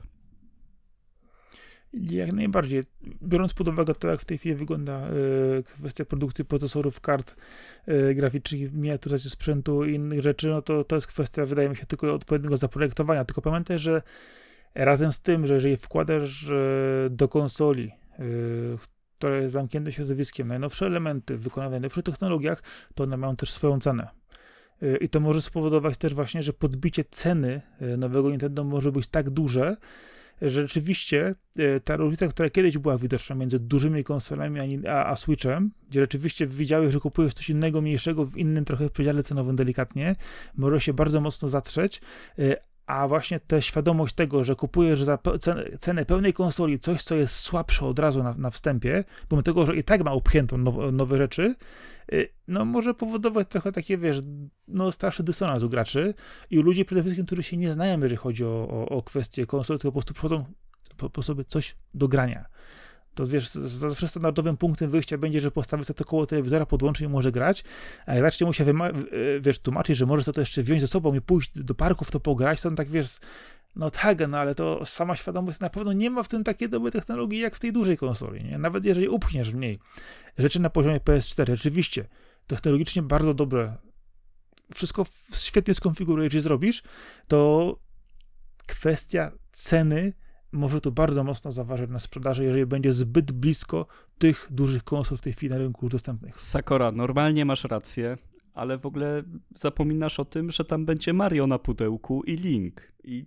A: Jak najbardziej. Biorąc pod uwagę to, jak w tej chwili wygląda kwestia produkcji procesorów, kart graficznych, miniaturyzacji sprzętu i innych rzeczy, to jest kwestia, wydaje mi się, tylko odpowiedniego zaprojektowania. Tylko pamiętaj, że razem z tym, że jeżeli wkładasz do konsoli, która jest zamkniętym środowiskiem, najnowsze elementy wykonane w najnowszych technologiach, to one mają też swoją cenę. I to może spowodować też właśnie, że podbicie ceny nowego Nintendo może być tak duże, że rzeczywiście ta różnica, która kiedyś była widoczna między dużymi konsolami a Switchem, gdzie rzeczywiście widziałeś, że kupujesz coś innego, mniejszego, w innym trochę przedziale cenowym delikatnie, może się bardzo mocno zatrzeć, a właśnie ta świadomość tego, że kupujesz za cenę pełnej konsoli coś, co jest słabsze od razu na wstępie, pomimo tego, że i tak ma upchniętą nowe rzeczy, no może powodować trochę takie, wiesz, no starszy dysonans u graczy i u ludzi przede wszystkim, którzy się nie znają, jeżeli chodzi o kwestie konsol, tylko po prostu przychodzą po sobie coś do grania. To wiesz, zawsze standardowym punktem wyjścia będzie, że postawię sobie to koło telewizora, podłączy i może grać, a jak raczej mu się wiesz, tłumaczyć, że może sobie to jeszcze wziąć ze sobą i pójść do parków, to pograć, to on tak wiesz, no tak, no ale to sama świadomość na pewno nie ma w tym takiej dobrej technologii jak w tej dużej konsoli, nie? Nawet jeżeli upchniesz w niej rzeczy na poziomie PS4, rzeczywiście, technologicznie bardzo dobre, wszystko świetnie skonfigurujesz i zrobisz, to kwestia ceny może to bardzo mocno zaważyć na sprzedaży, jeżeli będzie zbyt blisko tych dużych konsol w tej chwili na rynku już dostępnych.
B: Sakura, normalnie masz rację, ale w ogóle zapominasz o tym, że tam będzie Mario na pudełku i Link. I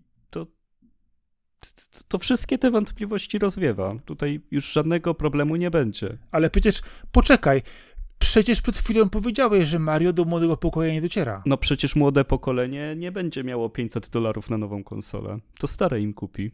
B: to wszystkie te wątpliwości rozwiewa. Tutaj już żadnego problemu nie będzie.
A: Ale przecież, poczekaj, przecież przed chwilą powiedziałeś, że Mario do młodego pokolenia nie dociera.
B: No przecież młode pokolenie nie będzie miało $500 na nową konsolę. To stare im kupi.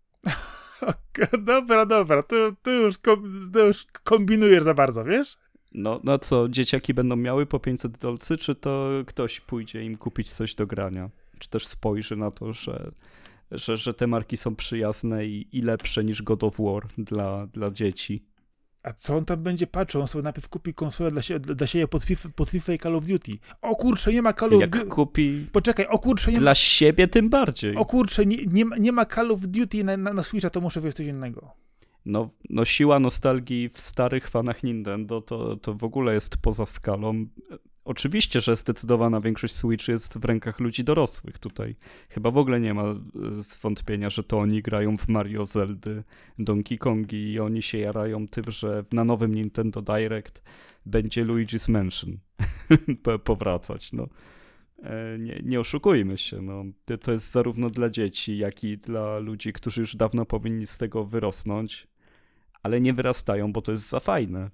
A: Dobra, ty już kombinujesz za bardzo, wiesz?
B: No co, dzieciaki będą miały po $500, czy to ktoś pójdzie im kupić coś do grania? Czy też spojrzy na to, że te marki są przyjazne i lepsze niż God of War dla dzieci?
A: A co on tam będzie patrzył? On sobie najpierw kupi konsolę dla siebie pod FIFA i Call of Duty. O kurczę, nie ma Call of Duty.
B: Jak kupi
A: Poczekaj, o kurczę, nie ma...
B: Dla siebie tym bardziej.
A: O kurczę, nie ma Call of Duty na Switcha, to muszę wiedzieć coś innego.
B: No siła nostalgii w starych fanach Nintendo to w ogóle jest poza skalą. Oczywiście, że zdecydowana większość Switch jest w rękach ludzi dorosłych tutaj. Chyba w ogóle nie ma zwątpienia, że to oni grają w Mario, Zeldy, Donkey Kongi i oni się jarają tym, że na nowym Nintendo Direct będzie Luigi's Mansion powracać. No. Nie oszukujmy się. No. To jest zarówno dla dzieci, jak i dla ludzi, którzy już dawno powinni z tego wyrosnąć, ale nie wyrastają, bo to jest za fajne.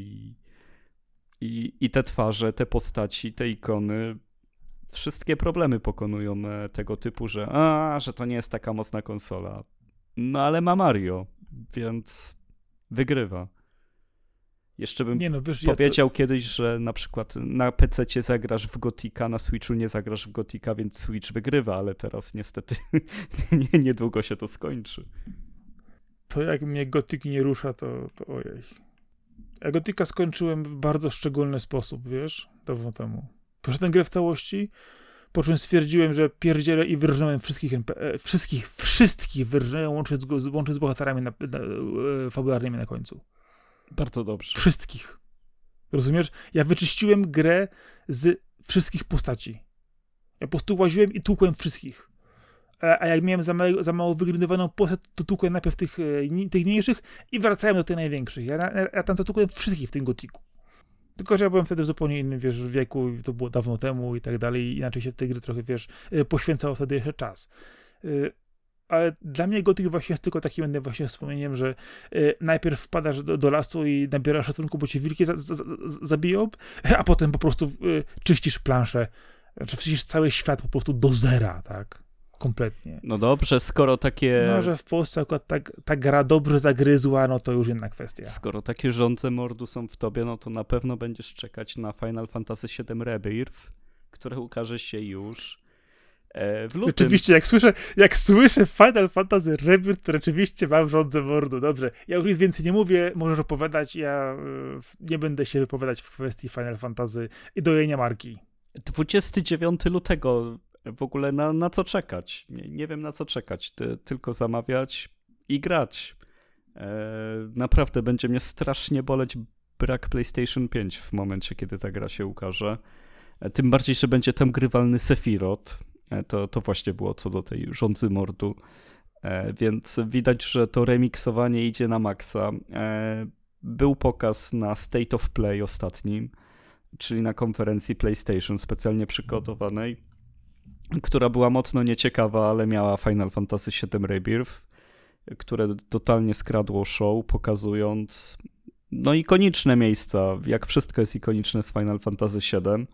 B: I te twarze, te postaci, te ikony, wszystkie problemy pokonują tego typu, że to nie jest taka mocna konsola. No ale ma Mario, więc wygrywa. Jeszcze bym powiedział kiedyś, że na przykład na PC-cie zagrasz w Gotika, na Switchu nie zagrasz w Gotika, więc Switch wygrywa, ale teraz niestety niedługo się to skończy.
A: To jak mnie Gotik nie rusza, to ojej. Ja Gotika skończyłem w bardzo szczególny sposób, wiesz, dawno temu. Poszedłem grę w całości, po czym stwierdziłem, że pierdzielę i wyrżnąłem wszystkich wyrżnąłem, łącznie z bohaterami fabularnymi na końcu.
B: Bardzo dobrze.
A: Wszystkich. Rozumiesz? Ja wyczyściłem grę z wszystkich postaci. Ja po prostu łaziłem i tłukłem wszystkich. A jak miałem za mało wygrindowaną postać, to tłukłem najpierw tych mniejszych i wracałem do tych największych. Ja tam zatłukłem wszystkich w tym Gotiku. Tylko, że ja byłem wtedy w zupełnie innym, wiesz, wieku i to było dawno temu i tak dalej. Inaczej się w tej gry trochę, wiesz, poświęcało wtedy jeszcze czas. Ale dla mnie Gothic właśnie jest tylko takim jednym właśnie wspomnieniem, że najpierw wpadasz do lasu i nabierasz szacunku, bo cię wilki zabiją, a potem po prostu czyścisz planszę, znaczy czyścisz cały świat po prostu do zera, tak? Kompletnie.
B: No dobrze, skoro takie...
A: No, że w Polsce akurat ta gra dobrze zagryzła, no to już inna kwestia.
B: Skoro takie żądze mordu są w tobie, no to na pewno będziesz czekać na Final Fantasy VII Rebirth, które ukaże się już w lutym.
A: Rzeczywiście, jak słyszę Final Fantasy Rebirth, to rzeczywiście mam żądzę mordu. Dobrze, ja już nic więcej nie mówię, możesz opowiadać, ja nie będę się wypowiadać w kwestii Final Fantasy i dojenia marki.
B: 29 lutego, w ogóle na co czekać? Nie wiem na co czekać, tylko zamawiać i grać. Naprawdę będzie mnie strasznie boleć brak PlayStation 5 w momencie, kiedy ta gra się ukaże. Tym bardziej, że będzie tam grywalny Sephiroth. To właśnie było co do tej żądzy mordu. Więc widać, że to remiksowanie idzie na maksa. Był pokaz na State of Play ostatnim, czyli na konferencji PlayStation specjalnie przygotowanej, która była mocno nieciekawa, ale miała Final Fantasy VII Rebirth, które totalnie skradło show, pokazując ikoniczne miejsca, jak wszystko jest ikoniczne z Final Fantasy VII.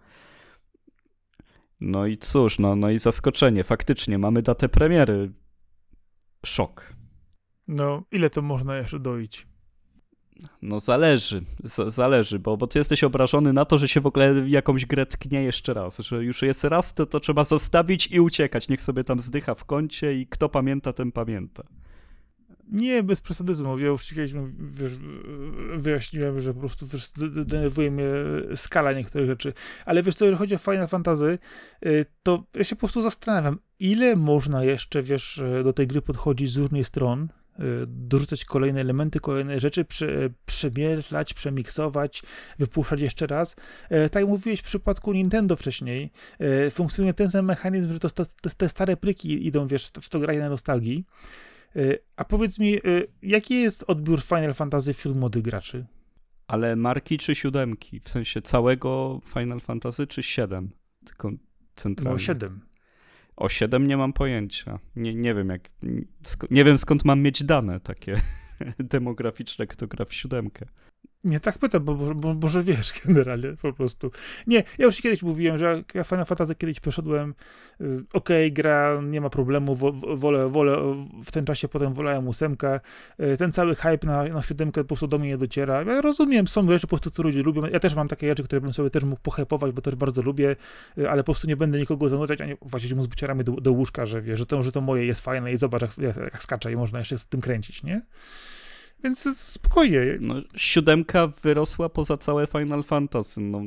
B: No i cóż, no i zaskoczenie, faktycznie mamy datę premiery. Szok.
A: No, ile to można jeszcze doić?
B: No zależy, bo ty jesteś obrażony na to, że się w ogóle jakąś grę tknie jeszcze raz, że już jest raz, to trzeba zostawić i uciekać, niech sobie tam zdycha w kącie i kto pamięta, ten pamięta.
A: Nie, bez precedensu. Ja już kiedyś wyjaśniłem, że po prostu denerwuje mnie skala niektórych rzeczy. Ale wiesz co, jeżeli chodzi o Final Fantasy, to ja się po prostu zastanawiam, ile można jeszcze, do tej gry podchodzić z różnych stron, dorzucać kolejne elementy, kolejne rzeczy, przemierlać, przemiksować, wypuszczać jeszcze raz. Tak jak mówiłeś w przypadku Nintendo wcześniej, funkcjonuje ten sam mechanizm, że te stare pryki idą, w to granie na nostalgii. A powiedz mi, jaki jest odbiór Final Fantasy wśród młodych graczy?
B: Ale marki czy siódemki? W sensie całego Final Fantasy czy 7? Tylko centralnie.
A: No 7.
B: O 7 nie mam pojęcia. Nie wiem nie wiem skąd mam mieć dane takie demograficzne, kto gra w 7.
A: Nie, tak pytam, bo że wiesz generalnie po prostu. Nie, ja już kiedyś mówiłem, że ja Final Fantasy kiedyś przeszedłem, gra, nie ma problemu, wolę, w tym czasie potem wolałem 8. Ten cały hype na 7 po prostu do mnie nie dociera. Ja rozumiem, są rzeczy po prostu, które ludzie lubią. Ja też mam takie rzeczy, które bym sobie też mógł pohypować, bo też bardzo lubię, ale po prostu nie będę nikogo zanudzać, ani właściwie mu z buciarami do łóżka, że wie, że to moje jest fajne i zobacz, jak skacze i można jeszcze z tym kręcić, nie? Więc spokojnie.
B: No, 7 wyrosła poza całe Final Fantasy. No,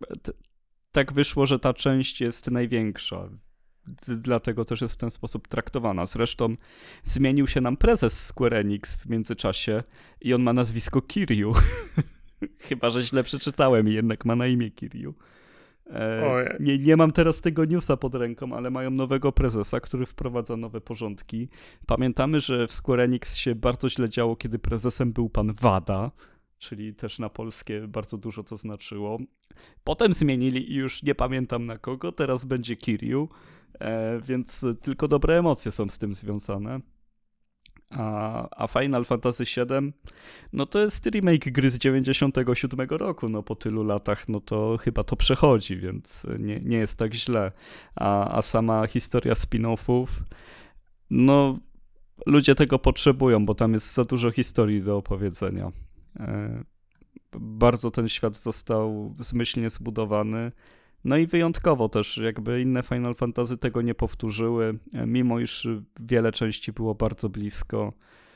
B: tak wyszło, że ta część jest największa. Dlatego też jest w ten sposób traktowana. Zresztą zmienił się nam prezes Square Enix w międzyczasie i on ma nazwisko Kiryu. Chyba, że źle przeczytałem i jednak ma na imię Kiryu. Nie mam teraz tego newsa pod ręką, ale mają nowego prezesa, który wprowadza nowe porządki. Pamiętamy, że w Square Enix się bardzo źle działo, kiedy prezesem był pan Wada, czyli też na polskie bardzo dużo to znaczyło. Potem zmienili i już nie pamiętam na kogo, teraz będzie Kiryu, więc tylko dobre emocje są z tym związane. A Final Fantasy VII, no to jest remake gry z 97 roku, no po tylu latach, no to chyba to przechodzi, więc nie jest tak źle. A sama historia spin-offów, no ludzie tego potrzebują, bo tam jest za dużo historii do opowiedzenia. Bardzo ten świat został zmyślnie zbudowany. No i wyjątkowo też, jakby inne Final Fantasy tego nie powtórzyły, mimo iż wiele części było bardzo blisko.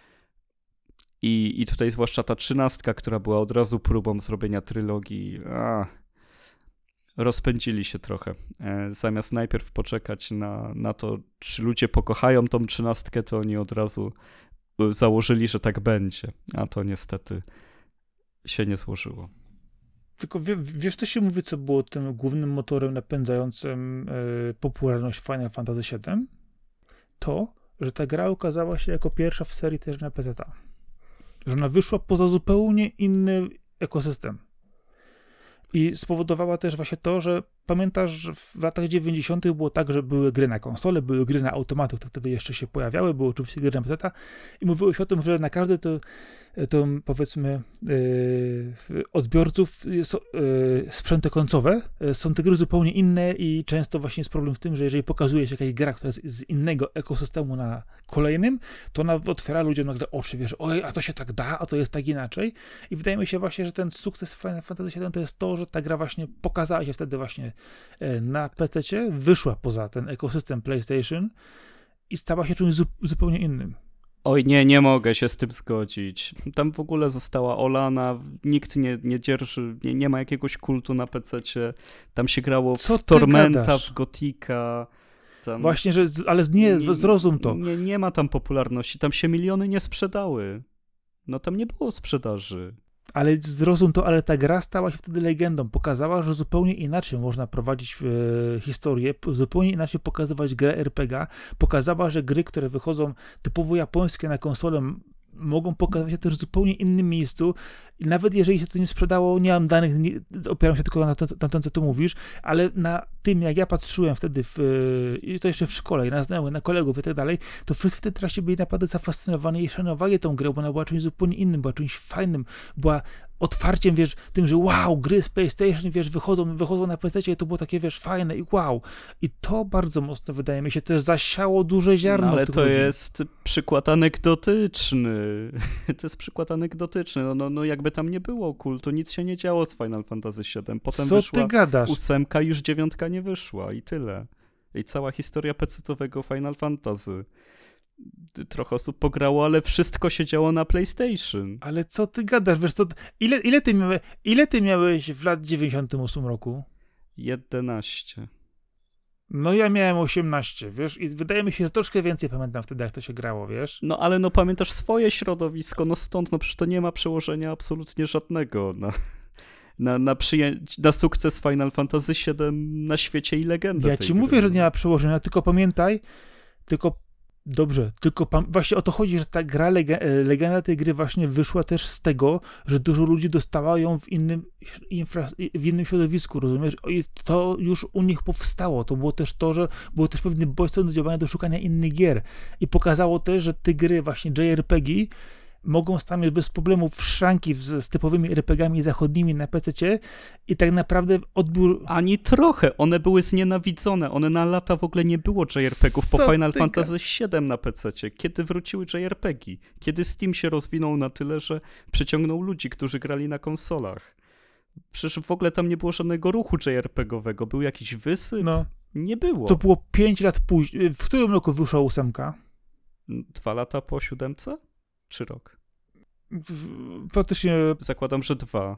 B: I tutaj zwłaszcza ta 13, która była od razu próbą zrobienia trylogii, rozpędzili się trochę. Zamiast najpierw poczekać na to, czy ludzie pokochają tą 13, to oni od razu założyli, że tak będzie. A to niestety się nie złożyło.
A: Tylko wiesz, co się mówi, co było tym głównym motorem napędzającym popularność Final Fantasy VII? To, że ta gra ukazała się jako pierwsza w serii też na PC-ta. Że ona wyszła poza zupełnie inny ekosystem. I spowodowała też właśnie to, że pamiętasz, że w latach 90. było tak, że były gry na konsole, były gry na automatów, to wtedy jeszcze się pojawiały, były oczywiście gry na PC-ta i mówiłeś o tym, że na każdy to powiedzmy odbiorców sprzęty końcowe są te gry zupełnie inne i często właśnie jest problem w tym, że jeżeli pokazuje się jakaś gra, która jest z innego ekosystemu na kolejnym, to ona otwiera ludziom nagle oczy, wiesz, oj, a to się tak da, a to jest tak inaczej. I wydaje mi się właśnie, że ten sukces Final Fantasy VII to jest to, że ta gra właśnie pokazała się wtedy właśnie na PC-cie, wyszła poza ten ekosystem PlayStation i stała się czymś zupełnie innym.
B: Oj, nie mogę się z tym zgodzić. Tam w ogóle została olana, nikt nie dzierży, nie ma jakiegoś kultu na PC-cie. Tam się grało w Tormenta, w Gotika. Tam...
A: Właśnie, ale zrozum to.
B: Nie ma tam popularności, tam się miliony nie sprzedały. No tam nie było sprzedaży.
A: Ale zrozum to, ale ta gra stała się wtedy legendą. Pokazała, że zupełnie inaczej można prowadzić historię, zupełnie inaczej pokazywać grę RPG. Pokazała, że gry, które wychodzą typowo japońskie na konsolę, mogą pokazać się też w zupełnie innym miejscu i nawet jeżeli się to nie sprzedało, nie mam danych, opieram się tylko na tym, co tu mówisz, ale na tym, jak ja patrzyłem wtedy, i to jeszcze w szkole, i na znajomych, na kolegów i tak dalej, to wszyscy w tej trasie byli naprawdę zafascynowani i szanowali tą grę, bo ona była czymś zupełnie innym, była czymś fajnym, była otwarciem, wiesz, tym, że wow, gry z PlayStation, wiesz, wychodzą na PlayStation i to było takie, wiesz, fajne i wow. I to bardzo mocno, wydaje mi się, też zasiało duże ziarno
B: ale
A: w tych
B: to
A: ludzi.
B: jest przykład anegdotyczny. To jest przykład anegdotyczny. No jakby tam nie było kultu, nic się nie działo z Final Fantasy VII. Potem
A: Co
B: wyszła
A: ty gadasz?
B: 8, już 9 nie wyszła i tyle. I cała historia PC-owego Final Fantasy. Trochę osób pograło, ale wszystko się działo na PlayStation.
A: Ale co ty gadasz? Wiesz, to, ile ty miałeś w lat 98 roku?
B: 11.
A: No ja miałem 18, wiesz, i wydaje mi się, że troszkę więcej pamiętam wtedy, jak to się grało, wiesz?
B: No ale no pamiętasz swoje środowisko, no stąd, no przecież to nie ma przełożenia absolutnie żadnego na sukces Final Fantasy VII na świecie i legendę
A: Ja
B: tej
A: ci
B: gry.
A: mówię, że nie ma przełożenia, tylko pamiętaj, właśnie o to chodzi, że ta gra, legenda tej gry właśnie wyszła też z tego, że dużo ludzi dostało ją w innym środowisku, rozumiesz? I to już u nich powstało. To było też to, że było też pewny bodźcem do działania, do szukania innych gier. I pokazało też, że te gry właśnie JRPG mogą stanowić bez problemu w szranki z typowymi RPG-ami zachodnimi na PC-cie i tak naprawdę odbiór...
B: Ani trochę, one były znienawidzone, one na lata w ogóle nie było JRPG-ów po
A: Co
B: Final
A: ty
B: Fantasy VII na PC-cie. Kiedy wróciły JRPG? Kiedy Steam się rozwinął na tyle, że przyciągnął ludzi, którzy grali na konsolach? Przecież w ogóle tam nie było żadnego ruchu JRPG-owego. Był jakiś wysyp?
A: No,
B: Nie było.
A: to było 5 lat później. W którym roku wyszła 8?
B: 2 lata po 7? Czy rok?
A: Faktycznie,
B: Zakładam, że 2.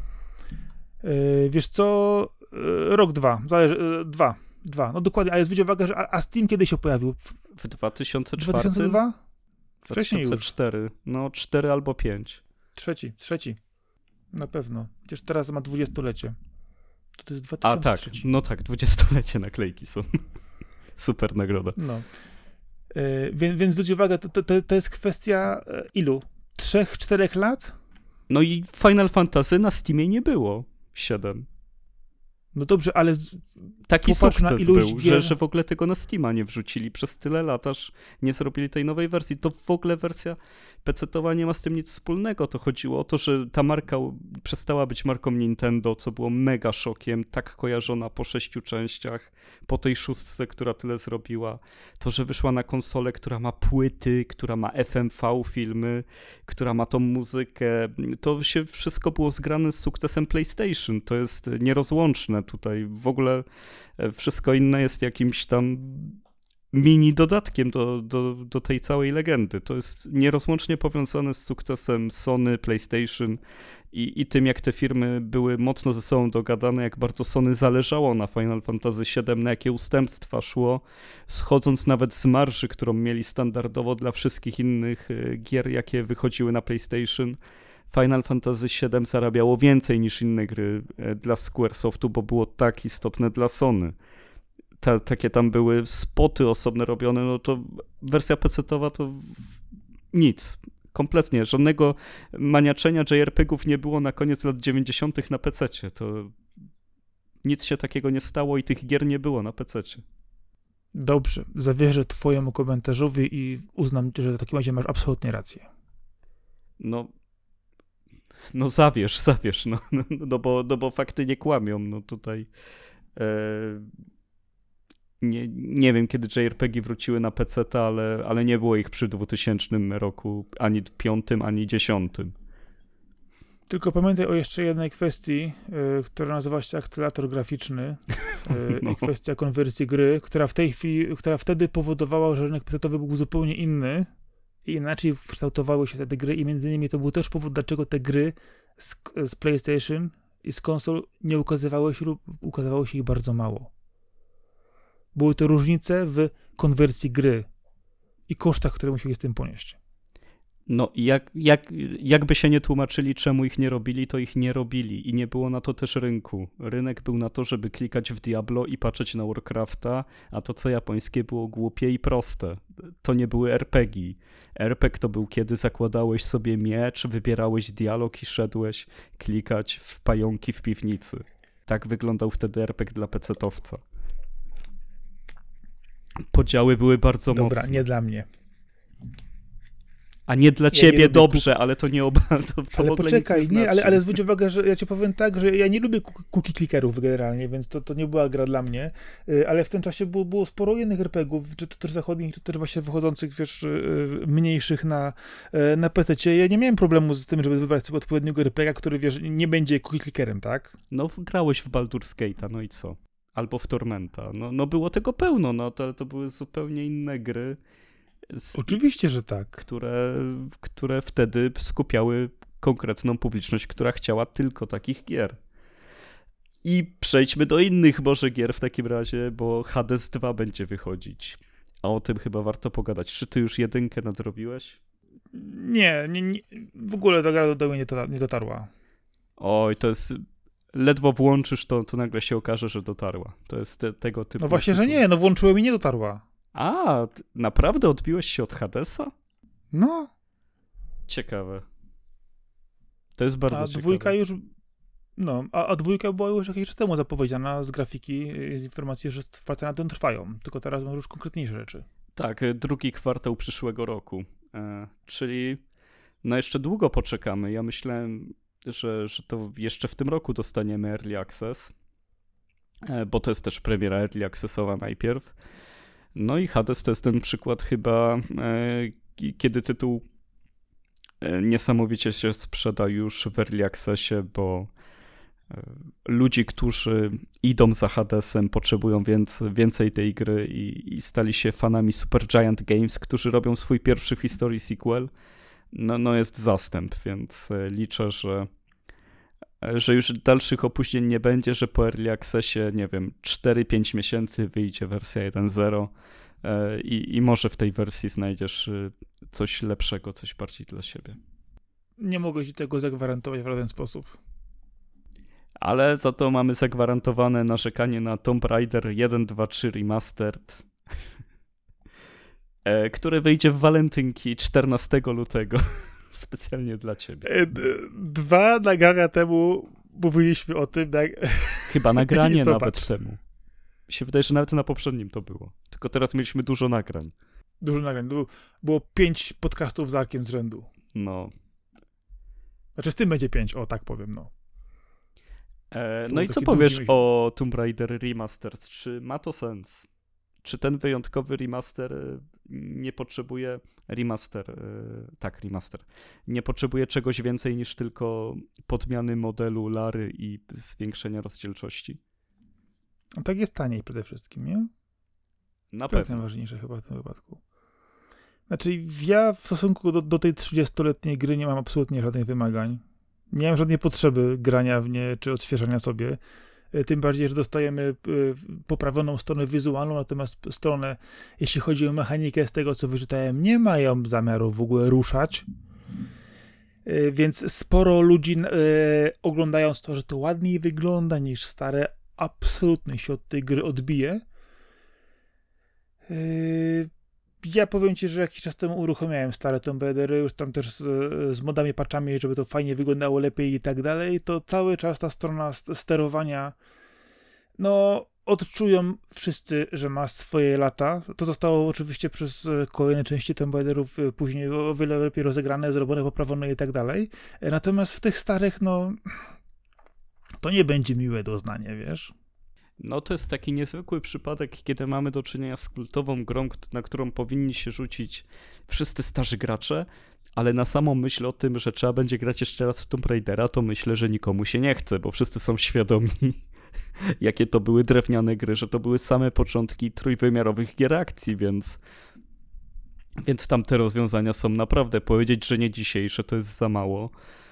A: wiesz co, rok, 2, zależy, 2, no dokładnie, ale zwróć uwagę, że a Steam kiedy się pojawił?
B: W 2004?
A: 2002? Wcześniej
B: 2004. No 4 albo 5.
A: Trzeci, na pewno, przecież teraz ma 20-lecie, to jest
B: A
A: 2003.
B: tak, no tak, 20-lecie naklejki są. Super nagroda.
A: No, więc zwróć uwagę, to jest kwestia ilu? 3-4 lat?
B: No i Final Fantasy na Steamie nie było. 7.
A: No dobrze, ale
B: Taki
A: popatrz na
B: sukces
A: ilość
B: był,
A: gier.
B: że w ogóle tego na Steama nie wrzucili przez tyle lat, aż nie zrobili tej nowej wersji. To w ogóle wersja PC-towa nie ma z tym nic wspólnego. To chodziło o to, że ta marka przestała być marką Nintendo, co było mega szokiem, tak kojarzona po 6 częściach, po tej 6, która tyle zrobiła. To, że wyszła na konsolę, która ma płyty, która ma FMV filmy, która ma tą muzykę. To się wszystko było zgrane z sukcesem PlayStation. To jest nierozłączne tutaj. W ogóle wszystko inne jest jakimś tam mini dodatkiem do tej całej legendy. To jest nierozłącznie powiązane z sukcesem Sony, PlayStation i tym, jak te firmy były mocno ze sobą dogadane, jak bardzo Sony zależało na Final Fantasy VII, na jakie ustępstwa szło, schodząc nawet z marży, którą mieli standardowo dla wszystkich innych gier, jakie wychodziły na PlayStation. Final Fantasy VII zarabiało więcej niż inne gry dla Squaresoftu, bo było tak istotne dla Sony. Takie tam były spoty osobne robione, no to wersja PC-towa to nic. Kompletnie. Żadnego maniaczenia JRPG-ów nie było na koniec lat 90. na PC-cie. To nic się takiego nie stało i tych gier nie było na PC-cie.
A: Dobrze, zawierzę twojemu komentarzowi i uznam, że w takim razie masz absolutnie rację.
B: No zawierz, bo fakty nie kłamią. No tutaj nie wiem, kiedy JRPG wróciły na PC, ale nie było ich przy 2000 roku, ani 5, ani 10.
A: Tylko pamiętaj o jeszcze jednej kwestii, która nazywa się akcelerator graficzny
B: No.
A: i kwestia konwersji gry, która wtedy powodowała, że rynek PC-towy był zupełnie inny i inaczej kształtowały się te gry i między innymi to był też powód, dlaczego te gry z PlayStation i z konsol nie ukazywało się ich bardzo mało. Były to różnice w konwersji gry i kosztach, które musieli z tym ponieść.
B: No jakby się nie tłumaczyli, czemu ich nie robili, to ich nie robili i nie było na to też rynku. Rynek był na to, żeby klikać w Diablo i patrzeć na Warcrafta, a to co japońskie było głupie i proste. To nie były RPG. RPG to był, kiedy zakładałeś sobie miecz, wybierałeś dialog i szedłeś klikać w pająki w piwnicy. Tak wyglądał wtedy RPG dla pecetowca. Podziały były bardzo mocne.
A: Dobra, nie dla mnie.
B: A nie dla ciebie dobrze, ale to nie to
A: ale
B: w ogóle
A: poczekaj,
B: nic nie
A: nie,
B: znaczy.
A: ale zwróć uwagę, że ja ci powiem tak, że ja nie lubię cookie clickerów generalnie, więc to nie była gra dla mnie, ale w tym czasie było sporo innych RPGów, czy to też zachodnich, czy też właśnie wychodzących, wiesz, mniejszych na PC. Ja nie miałem problemu z tym, żeby wybrać sobie odpowiedniego RPGa, który, wiesz, nie będzie cookie clickerem, tak?
B: No grałeś w Baldur's Gate'a, no i co? Albo w Tormenta. No było tego pełno, no to były zupełnie inne gry.
A: Oczywiście, że tak.
B: Które wtedy skupiały konkretną publiczność, która chciała tylko takich gier. I przejdźmy do innych może gier w takim razie, bo Hades 2 będzie wychodzić. A o tym chyba warto pogadać. Czy ty już jedynkę nadrobiłeś?
A: Nie, w ogóle ta gra do mnie nie dotarła.
B: Oj, to jest... Ledwo włączysz, to nagle się okaże, że dotarła. To jest tego typu...
A: No właśnie, że nie, włączyłem i nie dotarła.
B: A, naprawdę odbiłeś się od Hadesa?
A: No.
B: Ciekawe. To jest bardzo ciekawe.
A: A dwójka już... No, a dwójka była już jakiś czas temu zapowiedziana z grafiki, z informacji, że prace nad tym trwają. Tylko teraz mamy już konkretniejsze rzeczy.
B: Tak, drugi kwartał przyszłego roku. Czyli no jeszcze długo poczekamy. Ja myślałem, że to jeszcze w tym roku dostaniemy Early Access, bo to jest też premiera Early Accessowa najpierw. No i Hades to jest ten przykład chyba, kiedy tytuł niesamowicie się sprzeda już w Early Accessie, bo ludzi, którzy idą za Hadesem, potrzebują więcej tej gry i stali się fanami Supergiant Games, którzy robią swój pierwszy w historii sequel. No jest zastęp, więc liczę, że już dalszych opóźnień nie będzie, że po Early Accessie, nie wiem, 4-5 miesięcy wyjdzie wersja 1.0 i może w tej wersji znajdziesz coś lepszego, coś bardziej dla siebie.
A: Nie mogę ci tego zagwarantować w żaden sposób.
B: Ale za to mamy zagwarantowane narzekanie na Tomb Raider 1, 2, 3 Remastered, które wyjdzie w walentynki 14 lutego. Specjalnie dla ciebie.
A: 2 nagrania temu mówiliśmy o tym.
B: Chyba nagranie nawet temu. Mi się wydaje, że nawet na poprzednim to było. Tylko teraz mieliśmy dużo nagrań.
A: Dużo nagrań. Było 5 podcastów z Arkiem z rzędu.
B: No.
A: Znaczy z tym będzie 5, o tak powiem, no.
B: No i co powiesz o Tomb Raider Remastered? Czy ma to sens? Czy ten wyjątkowy remaster nie potrzebuje... Remaster. Nie potrzebuje czegoś więcej niż tylko podmiany modelu Lary i zwiększenia rozdzielczości?
A: No tak jest taniej przede wszystkim, nie?
B: Na
A: to jest najważniejsze chyba w tym wypadku. Znaczy ja w stosunku do tej 30-letniej gry nie mam absolutnie żadnych wymagań. Nie mam żadnej potrzeby grania w nie, czy odświeżania sobie. Tym bardziej, że dostajemy poprawioną stronę wizualną, natomiast stronę, jeśli chodzi o mechanikę, z tego co wyczytałem, nie mają zamiaru w ogóle ruszać. Więc sporo ludzi oglądając to, że to ładniej wygląda niż stare, absolutnie się od tej gry odbije. Ja powiem ci, że jakiś czas temu uruchomiałem stare Tomb Raidery, już tam też z modami, patchami, żeby to fajnie wyglądało lepiej i tak dalej, to cały czas ta strona sterowania, no odczują wszyscy, że ma swoje lata. To zostało oczywiście przez kolejne części Tomb Raiderów później o wiele lepiej rozegrane, zrobione, poprawione i tak dalej. Natomiast w tych starych, no to nie będzie miłe doznanie, wiesz?
B: No to jest taki niezwykły przypadek, kiedy mamy do czynienia z kultową grą, na którą powinni się rzucić wszyscy starzy gracze, ale na samą myśl o tym, że trzeba będzie grać jeszcze raz w Tomb Raidera, to myślę, że nikomu się nie chce, bo wszyscy są świadomi, jakie to były drewniane gry, że to były same początki trójwymiarowych gier akcji, więc tam te rozwiązania są naprawdę, powiedzieć, że nie dzisiejsze, to jest za mało.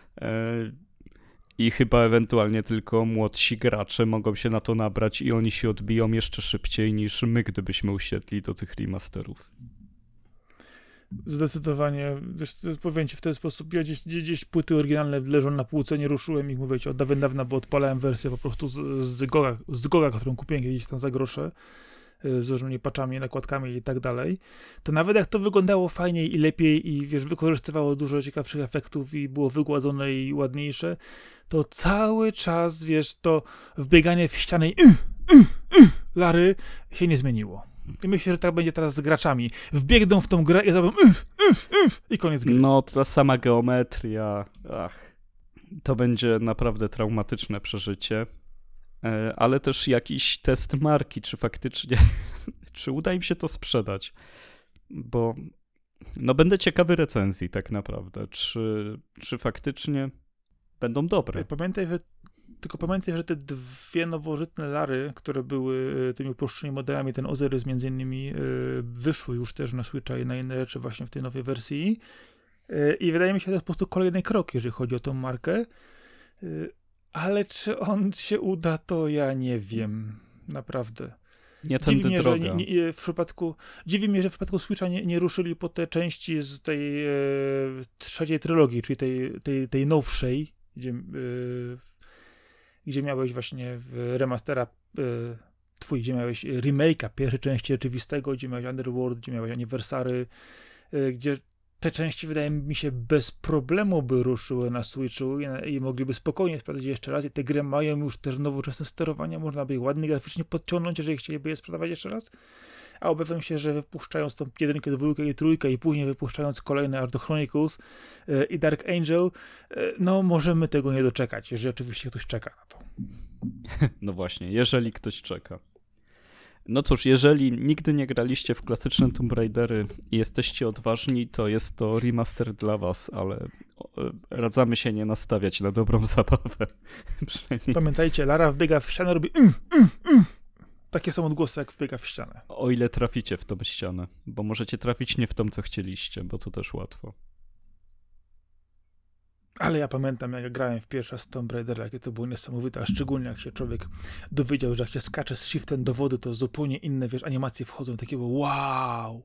B: I chyba ewentualnie tylko młodsi gracze mogą się na to nabrać i oni się odbiją jeszcze szybciej niż my, gdybyśmy usiedli do tych remasterów.
A: Zdecydowanie. Wiesz, powiem ci w ten sposób, ja gdzieś płyty oryginalne leżą na półce, nie ruszyłem ich, mówię ci, od dawna, bo odpalałem wersję po prostu z Goga, którą kupiłem kiedyś tam za grosze, z różnymi patchami, nakładkami i tak dalej, to nawet jak to wyglądało fajniej i lepiej i wiesz, wykorzystywało dużo ciekawszych efektów i było wygładzone i ładniejsze, to cały czas, wiesz, to wbieganie w ścianę i Lary się nie zmieniło. I myślę, że tak będzie teraz z graczami. Wbiegną w tą grę i zrobią i koniec gry.
B: No, ta sama geometria, to będzie naprawdę traumatyczne przeżycie. Ale też jakiś test marki, czy faktycznie, czy uda im się to sprzedać, bo no będę ciekawy recenzji tak naprawdę, czy faktycznie będą dobre.
A: Pamiętaj, że te dwie nowożytne Lary, które były tymi uproszczonymi modelami, ten Ozyrys między innymi, wyszły już też na Switcha i na inne rzeczy właśnie w tej nowej wersji. I wydaje mi się, że to jest po prostu kolejny krok, jeżeli chodzi o tą markę. Ale czy on się uda, to ja nie wiem. Naprawdę.
B: Nie tędy droga.
A: Dziwi mnie, że w przypadku Switcha nie ruszyli po te części z tej trzeciej trylogii, czyli tej nowszej, gdzie miałeś właśnie w remastera gdzie miałeś remake'a pierwszej części rzeczywistego, gdzie miałeś Underworld, gdzie miałeś Anniversary, gdzie te części, wydaje mi się, bez problemu by ruszyły na Switchu i mogliby spokojnie sprawdzić jeszcze raz. I te gry mają już też nowoczesne sterowania, można by je ładnie graficznie podciągnąć, jeżeli chcieliby je sprzedawać jeszcze raz. A obawiam się, że wypuszczając tą 1, 2 i 3 i później wypuszczając kolejne Art of Chronicles i Dark Angel, no możemy tego nie doczekać, jeżeli oczywiście ktoś czeka na to.
B: No właśnie, jeżeli ktoś czeka. No cóż, jeżeli nigdy nie graliście w klasyczne Tomb Raidery i jesteście odważni, to jest to remaster dla was, ale radzamy się nie nastawiać na dobrą zabawę.
A: Pamiętajcie, Lara wbiega w ścianę, robi takie są odgłosy, jak wbiega w ścianę.
B: O ile traficie w tą ścianę, bo możecie trafić nie w tą, co chcieliście, bo to też łatwo.
A: Ale ja pamiętam, jak grałem w pierwszy raz Tomb Raider, jakie to było niesamowite, a szczególnie jak się człowiek dowiedział, że jak się skacze z shiftem do wody, to zupełnie inne, wiesz, animacje wchodzą, takie było wow!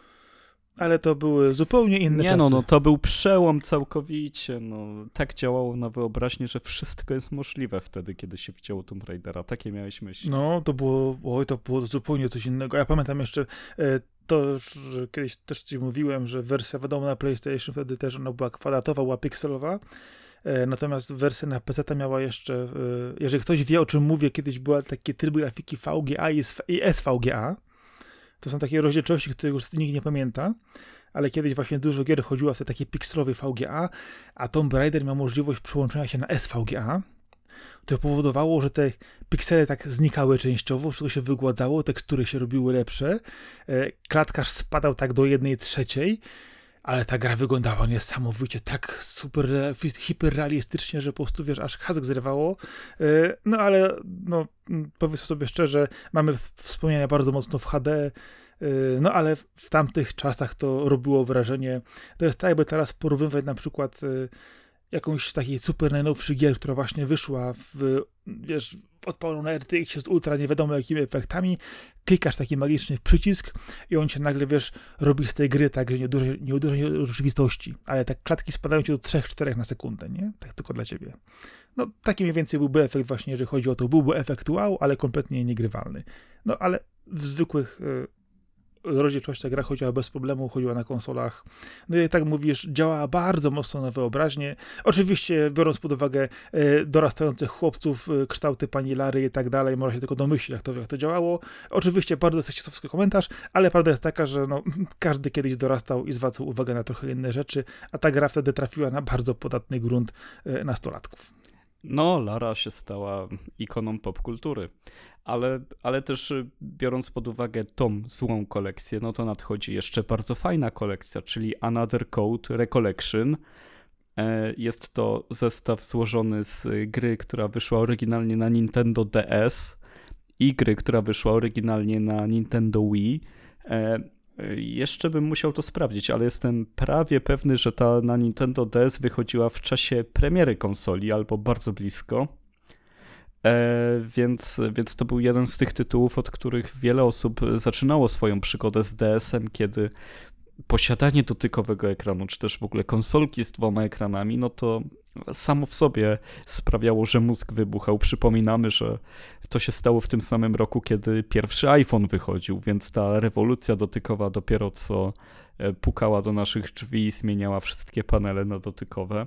A: Ale to były zupełnie inne czasy.
B: No to był przełom całkowicie, no. Tak działało na wyobraźnię, że wszystko jest możliwe wtedy, kiedy się widziało Tomb Raidera. Takie miałeś myśli.
A: No, to było zupełnie coś innego. Ja pamiętam jeszcze to, że kiedyś też ci mówiłem, że wersja wiadomo na PlayStation wtedy też ona była kwadratowa, była pikselowa, natomiast wersja na PC miała jeszcze, jeżeli ktoś wie, o czym mówię, kiedyś była takie tryby grafiki VGA i SVGA. To są takie rozdzielczości, których już nikt nie pamięta, ale kiedyś właśnie dużo gier chodziło w te takie pikselowe VGA, a Tomb Raider miał możliwość przełączenia się na SVGA. To powodowało, że te piksele tak znikały częściowo, wszystko się wygładzało, tekstury się robiły lepsze, klatkarz spadał tak do 1/3, ale ta gra wyglądała niesamowicie, tak super, hiperrealistycznie, że po prostu, wiesz, aż hazek zrywało. No ale, no, powiedzmy sobie szczerze, mamy wspomnienia bardzo mocno w HD, no ale w tamtych czasach to robiło wrażenie. To jest tak, jakby teraz porównywać na przykład jakąś z takich super najnowszych gier, która właśnie wyszła odpaloną na RTX z ultra nie wiadomo jakimi efektami, klikasz taki magiczny przycisk i on się nagle, wiesz, robi z tej gry tak, że nie uderza do rzeczywistości, ale tak klatki spadają ci do 3-4 na sekundę, nie? Tak tylko dla ciebie. No, taki mniej więcej byłby efekt właśnie, jeżeli chodzi o to. Byłby efekt wow, ale kompletnie niegrywalny. No, ale w zwykłych rozdzielczościach gra chodziła bez problemu, chodziła na konsolach. No i tak mówisz, działała bardzo mocno na wyobraźnię. Oczywiście, biorąc pod uwagę dorastających chłopców, kształty pani Lary i tak dalej, można się tylko domyślić, jak to działało. Oczywiście bardzo seksistowski komentarz, ale prawda jest taka, że no, każdy kiedyś dorastał i zwracał uwagę na trochę inne rzeczy, a ta gra wtedy trafiła na bardzo podatny grunt nastolatków.
B: No, Lara się stała ikoną popkultury, ale też biorąc pod uwagę tą złą kolekcję, no to nadchodzi jeszcze bardzo fajna kolekcja, czyli Another Code Recollection. Jest to zestaw złożony z gry, która wyszła oryginalnie na Nintendo DS i gry, która wyszła oryginalnie na Nintendo Wii. Jeszcze bym musiał to sprawdzić, ale jestem prawie pewny, że ta na Nintendo DS wychodziła w czasie premiery konsoli albo bardzo blisko. Więc to był jeden z tych tytułów, od których wiele osób zaczynało swoją przygodę z DS-em, kiedy posiadanie dotykowego ekranu, czy też w ogóle konsolki z 2 ekranami, no to samo w sobie sprawiało, że mózg wybuchał. Przypominamy, że to się stało w tym samym roku, kiedy pierwszy iPhone wychodził, więc ta rewolucja dotykowa dopiero co pukała do naszych drzwi i zmieniała wszystkie panele na dotykowe.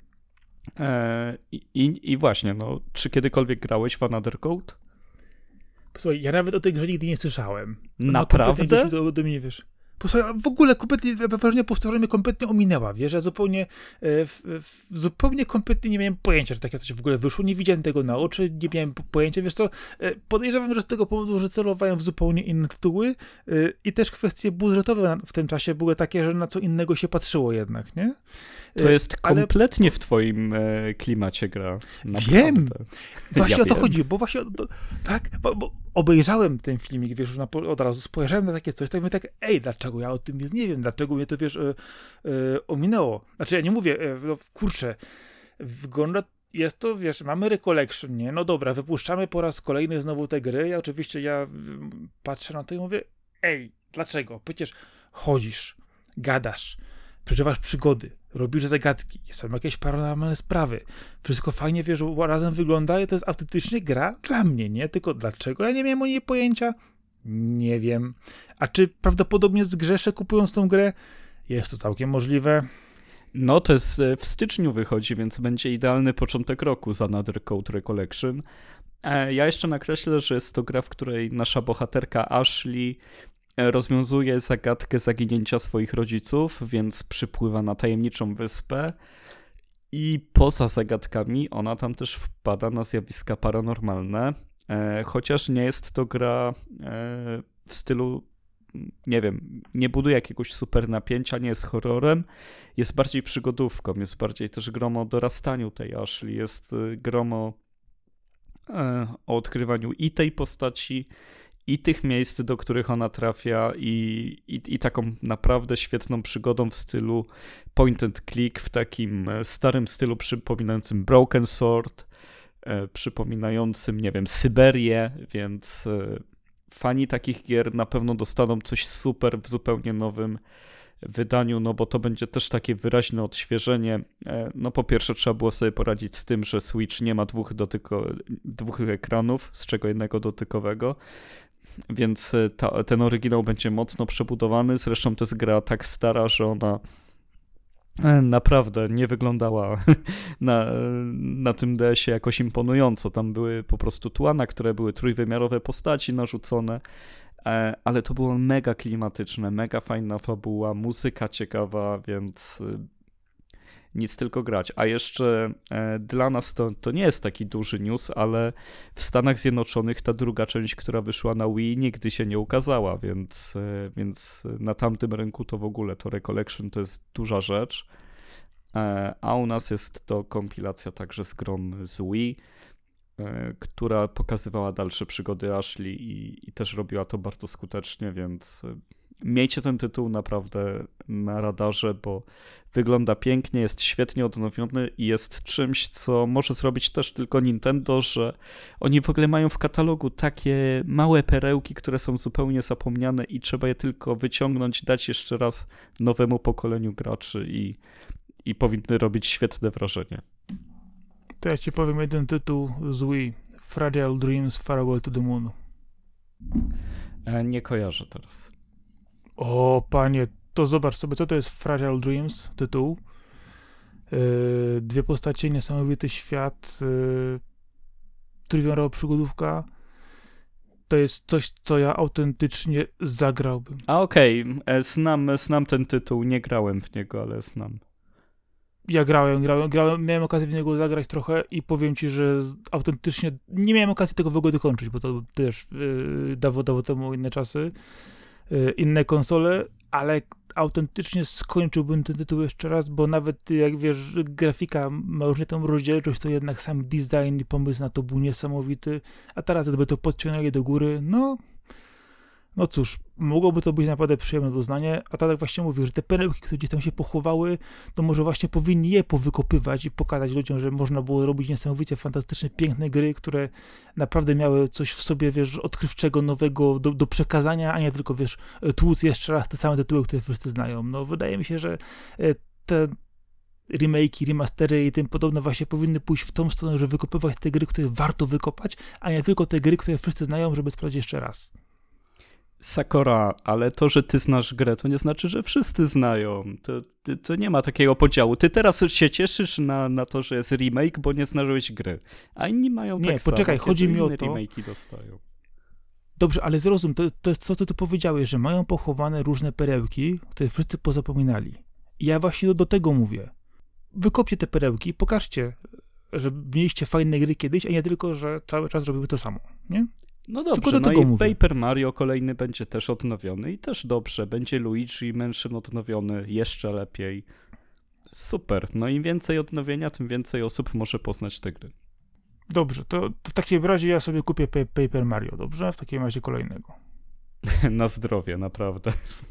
B: I właśnie, no, czy kiedykolwiek grałeś w Another Code?
A: Słuchaj, ja nawet o tej grze nigdy nie słyszałem.
B: Naprawdę?
A: Do mnie, wiesz. Posłuchaj, w ogóle kompletnie, wrażenie powtórzenia mnie kompletnie ominęła, wiesz, ja zupełnie, zupełnie kompletnie nie miałem pojęcia, że takie coś w ogóle wyszło, nie widziałem tego na oczy, nie miałem pojęcia, wiesz co, podejrzewam, że z tego powodu, że celowałem w zupełnie inne tytuły i też kwestie budżetowe w tym czasie były takie, że na co innego się patrzyło jednak, nie?
B: To jest kompletnie w twoim klimacie gra. Naprawdę.
A: Wiem! Właśnie o to
B: wiem.
A: chodzi, bo właśnie tak, bo obejrzałem ten filmik, wiesz, już od razu spojrzałem na takie coś, tak mówię tak, dlaczego ja o tym nie wiem, dlaczego mnie to, wiesz, ominęło. Znaczy, ja nie mówię, no, kurczę, wygląda, jest to, wiesz, mamy recollection, nie? No dobra, wypuszczamy po raz kolejny znowu te gry, ja oczywiście patrzę na to i mówię, dlaczego? Przecież chodzisz, gadasz, przeżywasz przygody, robisz zagadki, są jakieś paranormalne sprawy, wszystko fajnie, wiesz, razem wygląda i to jest autentycznie gra dla mnie, nie? Tylko dlaczego ja nie miałem o niej pojęcia? Nie wiem. A czy prawdopodobnie zgrzeszę kupując tą grę? Jest to całkiem możliwe.
B: No to jest w styczniu wychodzi, więc będzie idealny początek roku za Another Code Recollection. Ja jeszcze nakreślę, że jest to gra, w której nasza bohaterka Ashley rozwiązuje zagadkę zaginięcia swoich rodziców, więc przypływa na tajemniczą wyspę i poza zagadkami ona tam też wpada na zjawiska paranormalne, chociaż nie jest to gra w stylu, nie wiem, nie buduje jakiegoś super napięcia, nie jest horrorem, jest bardziej przygodówką, jest bardziej też grą o dorastaniu tej Ashley, jest grą o odkrywaniu i tej postaci, i tych miejsc, do których ona trafia i taką naprawdę świetną przygodą w stylu point and click, w takim starym stylu przypominającym Broken Sword, przypominającym, nie wiem, Syberię, więc fani takich gier na pewno dostaną coś super w zupełnie nowym wydaniu, no bo to będzie też takie wyraźne odświeżenie. No po pierwsze trzeba było sobie poradzić z tym, że Switch nie ma dwóch ekranów, z czego jednego dotykowego, więc ten oryginał będzie mocno przebudowany. Zresztą to jest gra tak stara, że ona naprawdę nie wyglądała na tym DS-ie jakoś imponująco. Tam były po prostu tła, na które były trójwymiarowe postaci narzucone, ale to było mega klimatyczne, mega fajna fabuła, muzyka ciekawa, więc nic tylko grać. A jeszcze dla nas to nie jest taki duży news, ale w Stanach Zjednoczonych ta druga część, która wyszła na Wii, nigdy się nie ukazała, więc na tamtym rynku to w ogóle to Recollection to jest duża rzecz. A u nas jest to kompilacja także z grom z Wii, która pokazywała dalsze przygody Ashley i też robiła to bardzo skutecznie, więc miejcie ten tytuł naprawdę na radarze, bo wygląda pięknie, jest świetnie odnowiony i jest czymś, co może zrobić też tylko Nintendo, że oni w ogóle mają w katalogu takie małe perełki, które są zupełnie zapomniane i trzeba je tylko wyciągnąć, dać jeszcze raz nowemu pokoleniu graczy i powinny robić świetne wrażenie.
A: To ja ci powiem jeden tytuł z Wii. Fragile Dreams Farewell to the Moon.
B: Nie kojarzę teraz.
A: O, panie, to zobacz sobie, co to jest Fragile Dreams, tytuł. Dwie postacie, niesamowity świat, trójwymiarowa przygodówka. To jest coś, co ja autentycznie zagrałbym.
B: A okej, znam ten tytuł, nie grałem w niego, ale znam.
A: Ja grałem, miałem okazję w niego zagrać trochę i powiem ci, że autentycznie nie miałem okazji tego w ogóle dokończyć, bo to też dawało temu inne czasy, inne konsole, ale autentycznie skończyłbym ten tytuł jeszcze raz, bo nawet jak wiesz, grafika ma już nie tą rozdzielczość, to jednak sam design i pomysł na to był niesamowity, a teraz gdyby to podciągnęli do góry, no No cóż, mogłoby to być naprawdę przyjemne doznanie, a Tadek właśnie mówi, że te perełki, które gdzieś tam się pochowały, to może właśnie powinni je powykopywać i pokazać ludziom, że można było robić niesamowicie fantastyczne, piękne gry, które naprawdę miały coś w sobie, wiesz, odkrywczego, nowego do przekazania, a nie tylko, wiesz, tłuc jeszcze raz te same tytuły, które wszyscy znają. No wydaje mi się, że te remake'i, remastery i tym podobne właśnie powinny pójść w tą stronę, że wykopywać te gry, które warto wykopać, a nie tylko te gry, które wszyscy znają, żeby sprawdzić jeszcze raz.
B: Sakura, ale to, że ty znasz grę, to nie znaczy, że wszyscy znają. To nie ma takiego podziału. Ty teraz się cieszysz na to, że jest remake, bo nie znałeś gry. A inni mają
A: Nie,
B: tak samo.
A: poczekaj, chodzi mi o to.
B: Remake'i dostają.
A: Dobrze, ale zrozum, to jest to, co ty powiedziałeś, że mają pochowane różne perełki, które wszyscy pozapominali. I ja właśnie do tego mówię. Wykopcie te perełki, pokażcie, że mieliście fajne gry kiedyś, a nie tylko, że cały czas robiły to samo, nie?
B: No dobrze,
A: Tylko do tego
B: i
A: mówię.
B: Paper Mario kolejny będzie też odnowiony i też dobrze. Będzie Luigi Mansion odnowiony jeszcze lepiej. Super. No im więcej odnowienia, tym więcej osób może poznać te gry.
A: Dobrze, to w takim razie ja sobie kupię Paper Mario, dobrze? W takim razie kolejnego.
B: Na zdrowie, naprawdę.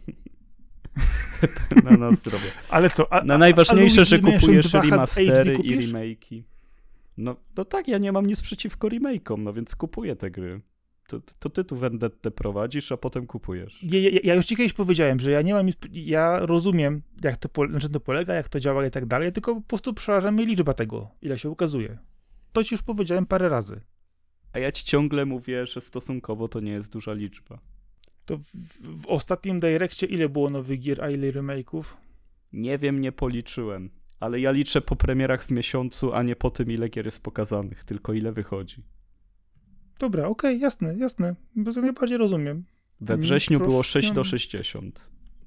B: na zdrowie.
A: Ale co?
B: Na najważniejsze, że
A: Luigi
B: kupujesz
A: Mansion 2
B: remastery
A: HD
B: i remake'i. No tak, ja nie mam nic przeciwko remake'om, no więc kupuję te gry. To ty tu Vendettę prowadzisz, a potem kupujesz.
A: Ja już ci kiedyś powiedziałem, że ja nie mam nic, ja rozumiem, jak na czym to polega, jak to działa i tak dalej, tylko po prostu przeraża mnie liczba tego, ile się ukazuje. To ci już powiedziałem parę razy.
B: A ja ci ciągle mówię, że stosunkowo to nie jest duża liczba.
A: To w ostatnim Direccie ile było nowych gier, a ile remake'ów?
B: Nie wiem, nie policzyłem. Ale ja liczę po premierach w miesiącu, a nie po tym, ile gier jest pokazanych, tylko ile wychodzi.
A: Dobra, okej, jasne. Bo to najbardziej rozumiem.
B: We wrześniu było 6/60.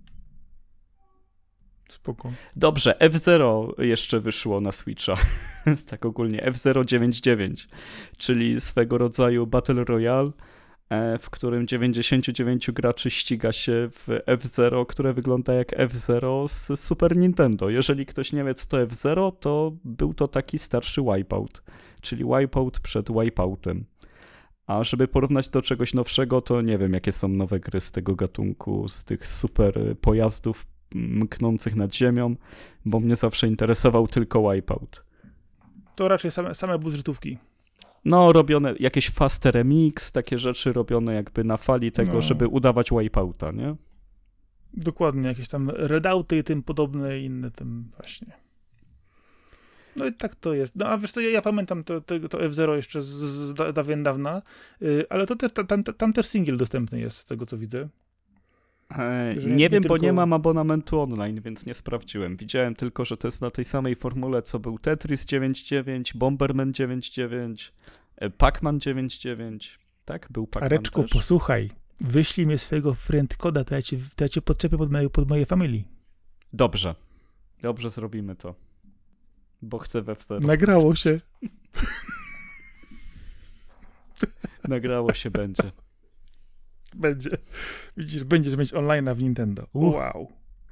A: Spoko.
B: Dobrze, F-Zero jeszcze wyszło na Switcha. Tak ogólnie, F-Zero 99, czyli swego rodzaju Battle Royale, w którym 99 graczy ściga się w F-Zero, które wygląda jak F-Zero z Super Nintendo. Jeżeli ktoś nie wie, co to F-Zero, to był to taki starszy Wipeout, czyli Wipeout przed Wipeoutem. A żeby porównać do czegoś nowszego, to nie wiem, jakie są nowe gry z tego gatunku, z tych super pojazdów mknących nad ziemią, bo mnie zawsze interesował tylko Wipeout.
A: To raczej same budżetówki.
B: No, robione jakieś fast remix, takie rzeczy robione jakby na fali tego, żeby udawać Wipeouta, nie?
A: Dokładnie, jakieś tam redouty i tym podobne i inne tym właśnie. No i tak to jest. No a wiesz co, ja pamiętam to F-Zero jeszcze z dawien dawna, ale to tam też singiel dostępny jest, z tego co widzę.
B: Nie wiem, bo nie mam abonamentu online, więc nie sprawdziłem. Widziałem tylko, że to jest na tej samej formule, co był Tetris 9.9, Bomberman 9.9, Pac-Man 9.9. Tak? Był Pac-Man
A: Areczku,
B: też.
A: posłuchaj, wyślij mi swojego friend koda, to ja cię podczepię pod moje family.
B: Dobrze, zrobimy to. Bo chcę we F-Zero.
A: Nagrało się.
B: Nagrało się będzie.
A: Będzie. Widzisz, będziesz mieć online'a w Nintendo. Wow.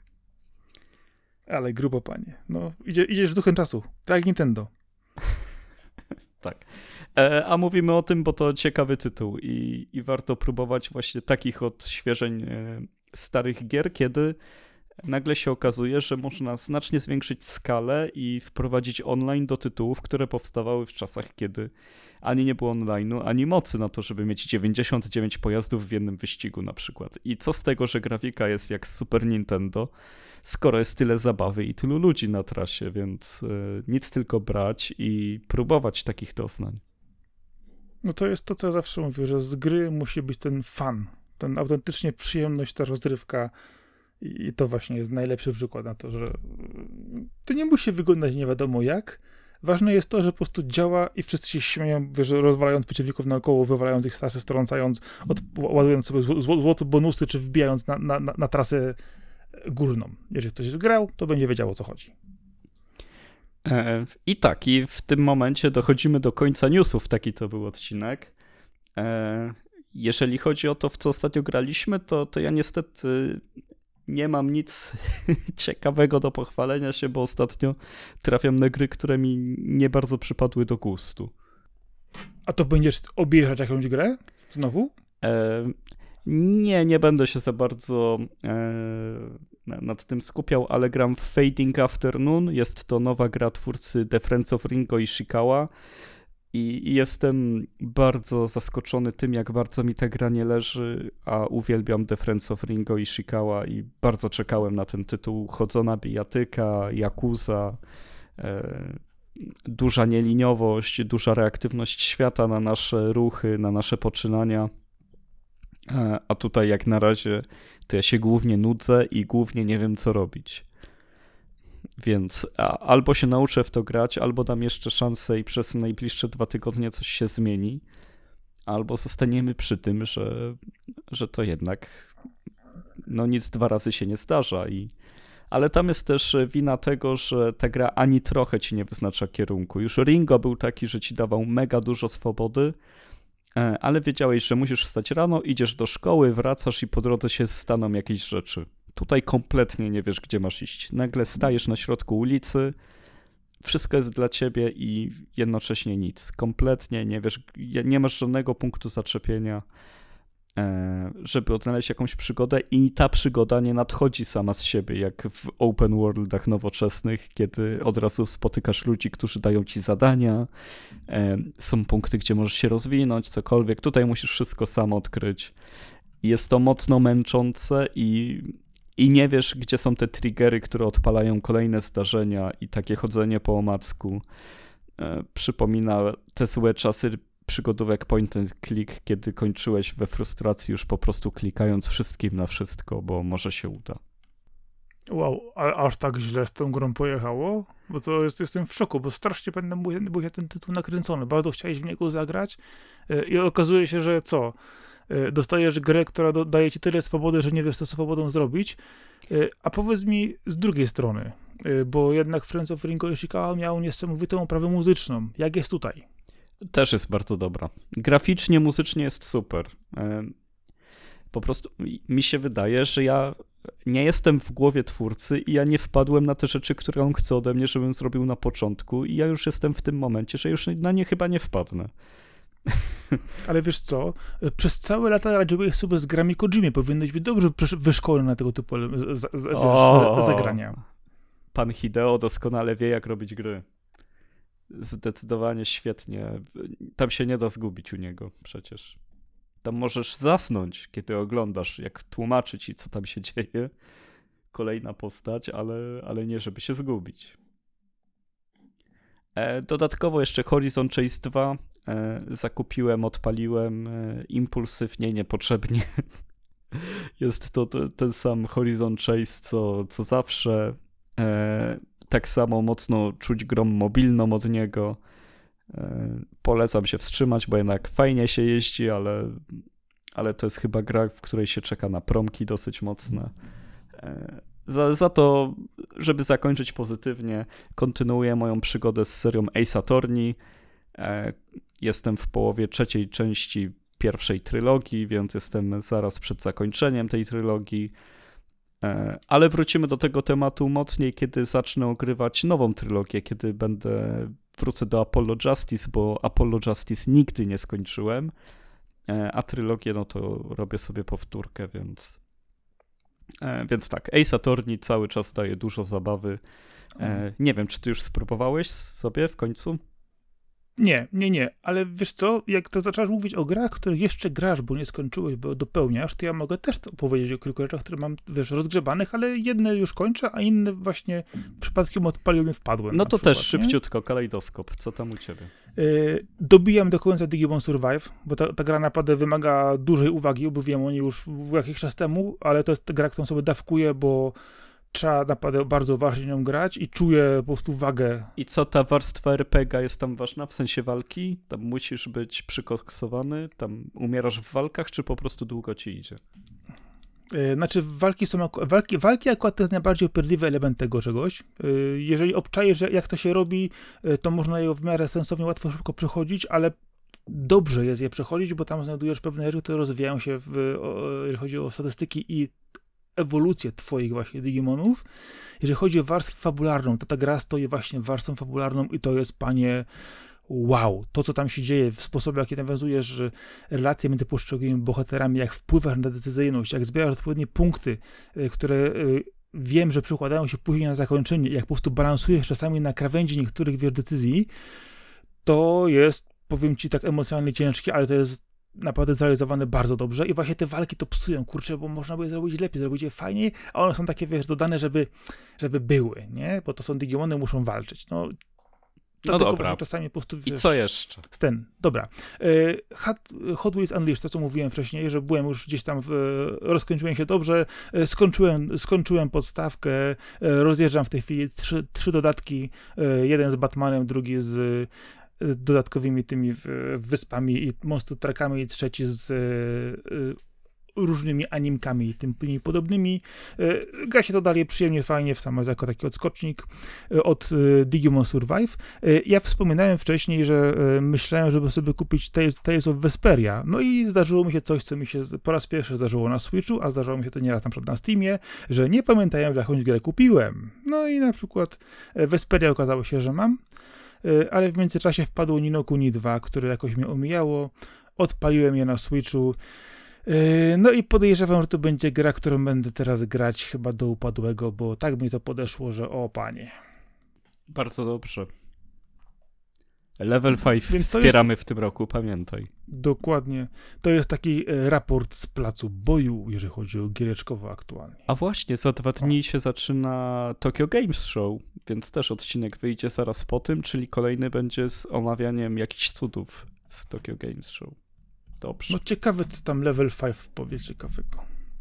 A: Ale grubo, panie. No, idziesz duchem czasu. Tak jak Nintendo.
B: Tak. A mówimy o tym, bo to ciekawy tytuł i warto próbować właśnie takich odświeżeń starych gier, kiedy nagle się okazuje, że można znacznie zwiększyć skalę i wprowadzić online do tytułów, które powstawały w czasach, kiedy ani nie było online'u, ani mocy na to, żeby mieć 99 pojazdów w jednym wyścigu na przykład. I co z tego, że grafika jest jak z Super Nintendo, skoro jest tyle zabawy i tylu ludzi na trasie, więc nic tylko brać i próbować takich doznań.
A: No to jest to, co ja zawsze mówię, że z gry musi być ten fan, ten autentycznie przyjemność, ta rozrywka. I to właśnie jest najlepszy przykład na to, że to nie musi wyglądać nie wiadomo jak. Ważne jest to, że po prostu działa i wszyscy się śmieją, wiesz, rozwalając przeciwników naokoło, wywalając ich stasy, strącając, ładując sobie złote bonusy, czy wbijając na trasę górną. Jeżeli ktoś grał, to będzie wiedział, o co chodzi.
B: I tak, i w tym momencie dochodzimy do końca newsów. Taki to był odcinek. Jeżeli chodzi o to, w co ostatnio graliśmy, to ja niestety nie mam nic ciekawego do pochwalenia się, bo ostatnio trafiam na gry, które mi nie bardzo przypadły do gustu.
A: A to będziesz obejrzeć jakąś grę? Znowu?
B: Nie będę się za bardzo nad tym skupiał, ale gram w Fading Afternoon. Jest to nowa gra twórcy The Friends of Ringo Ishikawa i jestem bardzo zaskoczony tym, jak bardzo mi ta gra nie leży, a uwielbiam The Friends of Ringo Ishikawa i bardzo czekałem na ten tytuł. Chodzona bijatyka, Yakuza, duża nieliniowość, duża reaktywność świata na nasze ruchy, na nasze poczynania. A tutaj jak na razie to ja się głównie nudzę i głównie nie wiem co robić. Więc albo się nauczę w to grać, albo dam jeszcze szansę i przez najbliższe 2 tygodnie coś się zmieni, albo zostaniemy przy tym, że to jednak no nic 2 razy się nie zdarza. Ale tam jest też wina tego, że ta gra ani trochę ci nie wyznacza kierunku. Już Ringo był taki, że ci dawał mega dużo swobody, ale wiedziałeś, że musisz wstać rano, idziesz do szkoły, wracasz i po drodze się staną jakieś rzeczy. Tutaj kompletnie nie wiesz, gdzie masz iść. Nagle stajesz na środku ulicy, wszystko jest dla ciebie i jednocześnie nic. Kompletnie nie wiesz, nie masz żadnego punktu zaczepienia, żeby odnaleźć jakąś przygodę i ta przygoda nie nadchodzi sama z siebie, jak w open worldach nowoczesnych, kiedy od razu spotykasz ludzi, którzy dają ci zadania, są punkty, gdzie możesz się rozwinąć, cokolwiek. Tutaj musisz wszystko sam odkryć. Jest to mocno męczące i nie wiesz, gdzie są te triggery, które odpalają kolejne zdarzenia i takie chodzenie po omacku przypomina te złe czasy przygodówek point and click, kiedy kończyłeś we frustracji już po prostu klikając wszystkim na wszystko, bo może się uda.
A: Wow, a aż tak źle z tą grą pojechało? Bo to jestem w szoku, bo strasznie był ten tytuł nakręcony. Bardzo chciałeś w niego zagrać i okazuje się, że co? Dostajesz grę, która daje ci tyle swobody, że nie wiesz, co z swobodą zrobić. A powiedz mi z drugiej strony, bo jednak Friends of Ringo Ishikawa miał niesamowitą oprawę muzyczną. Jak jest tutaj?
B: Też jest bardzo dobra. Graficznie, muzycznie jest super. Po prostu mi się wydaje, że ja nie jestem w głowie twórcy i ja nie wpadłem na te rzeczy, które on chce ode mnie, żebym zrobił na początku i ja już jestem w tym momencie, że już na nie chyba nie wpadnę.
A: Ale wiesz co, przez całe lata radziłeś sobie z grami Kojimy, powinnyś być dobrze wyszkolony na tego typu zagrania.
B: Pan Hideo doskonale wie, jak robić gry. Zdecydowanie świetnie. Tam się nie da zgubić u niego przecież. Tam możesz zasnąć, kiedy oglądasz, jak tłumaczy ci, co tam się dzieje. Kolejna postać, ale nie, żeby się zgubić. Dodatkowo jeszcze Horizon Chase 2 zakupiłem, odpaliłem impulsywnie, niepotrzebnie. Jest to ten sam Horizon Chase, co zawsze. Tak samo mocno czuć grą mobilną od niego. Polecam się wstrzymać, bo jednak fajnie się jeździ, ale to jest chyba gra, w której się czeka na promki dosyć mocne. Za to, żeby zakończyć pozytywnie, kontynuuję moją przygodę z serią Ace Attorney. Jestem w połowie 3. części pierwszej trylogii, więc jestem zaraz przed zakończeniem tej trylogii. Ale wrócimy do tego tematu mocniej, kiedy zacznę ogrywać nową trylogię, kiedy wrócę do Apollo Justice, bo Apollo Justice nigdy nie skończyłem, a trylogię no to robię sobie powtórkę, więc tak, Ace Attorney cały czas daje dużo zabawy. Nie wiem, czy ty już spróbowałeś sobie w końcu?
A: Nie, ale wiesz co, jak to zaczęłaś mówić o grach, które jeszcze grasz, bo nie skończyłeś, bo dopełniasz, to ja mogę też powiedzieć o kilku rzeczach, które mam, wiesz, rozgrzebanych, ale jedne już kończę, a inne właśnie przypadkiem odpaliłem i wpadłem.
B: No to przykład, też szybciutko, kalejdoskop, co tam u ciebie?
A: Dobijam do końca Digimon Survive, bo ta gra naprawdę wymaga dużej uwagi, bo wiem o niej już jakiś czas temu, ale to jest gra, którą sobie dawkuję, bo trzeba naprawdę bardzo uważnie nią grać i czuję po prostu wagę.
B: I co, ta warstwa RPG jest tam ważna w sensie walki? Tam musisz być przykoksowany? Tam umierasz w walkach, czy po prostu długo ci idzie?
A: Znaczy walki akurat to jest najbardziej upierdliwy element tego czegoś. Jeżeli obczajesz, jak to się robi, to można je w miarę sensownie, łatwo, szybko przechodzić, ale dobrze jest je przechodzić, bo tam znajdujesz pewne rzeczy, które rozwijają się, jeżeli chodzi o statystyki i ewolucję twoich właśnie Digimonów. Jeżeli chodzi o warstwę fabularną, to ta gra stoi właśnie warstwą fabularną i to jest, panie, wow, to co tam się dzieje, w sposobie jaki nawiązujesz relacje między poszczególnymi bohaterami, jak wpływasz na decyzyjność, jak zbierasz odpowiednie punkty, które wiem, że przykładają się później na zakończenie, jak po prostu balansujesz czasami na krawędzi niektórych decyzji, to jest, powiem ci, tak emocjonalnie ciężkie, ale to jest naprawdę zrealizowane bardzo dobrze i właśnie te walki to psują, kurczę, bo można by je zrobić lepiej, zrobić je fajniej, a one są takie, wiesz, dodane, żeby były, nie? Bo to są Digimony, muszą walczyć. No
B: dobra.
A: Czasami po prostu, wiesz,
B: I co jeszcze?
A: Dobra. Hot Wheels Unleashed, to co mówiłem wcześniej, że byłem już gdzieś tam, rozkończyłem się dobrze, skończyłem podstawkę, rozjeżdżam w tej chwili trzy dodatki, jeden z Batmanem, drugi z dodatkowymi tymi wyspami i monster truckami i trzeci z różnymi animkami i tym podobnymi. Gra się to dalej przyjemnie, fajnie, w samo jako taki odskocznik od Digimon Survive. Ja wspominałem wcześniej, że myślałem, żeby sobie kupić Tales of Vesperia. No i zdarzyło mi się coś, co mi się po raz pierwszy zdarzyło na Switchu, a zdarzyło mi się to nieraz na przykład na Steamie, że nie pamiętałem, jakąś grę kupiłem. No i na przykład Vesperia okazało się, że mam, ale w międzyczasie wpadło Ni no Kuni 2, które jakoś mnie omijało. Odpaliłem je na Switchu. No i podejrzewam, że to będzie gra, którą będę teraz grać chyba do upadłego, bo tak mi to podeszło, że o panie.
B: Bardzo dobrze. Level 5
A: Więc
B: wspieramy w tym roku, pamiętaj.
A: Dokładnie. To jest taki raport z placu boju, jeżeli chodzi o giereczkowo aktualnie.
B: A właśnie, za 2 dni się zaczyna Tokyo Games Show, więc też odcinek wyjdzie zaraz po tym, czyli kolejny będzie z omawianiem jakichś cudów z Tokyo Games Show. Dobrze.
A: No ciekawe, co tam Level 5 powie ciekawego.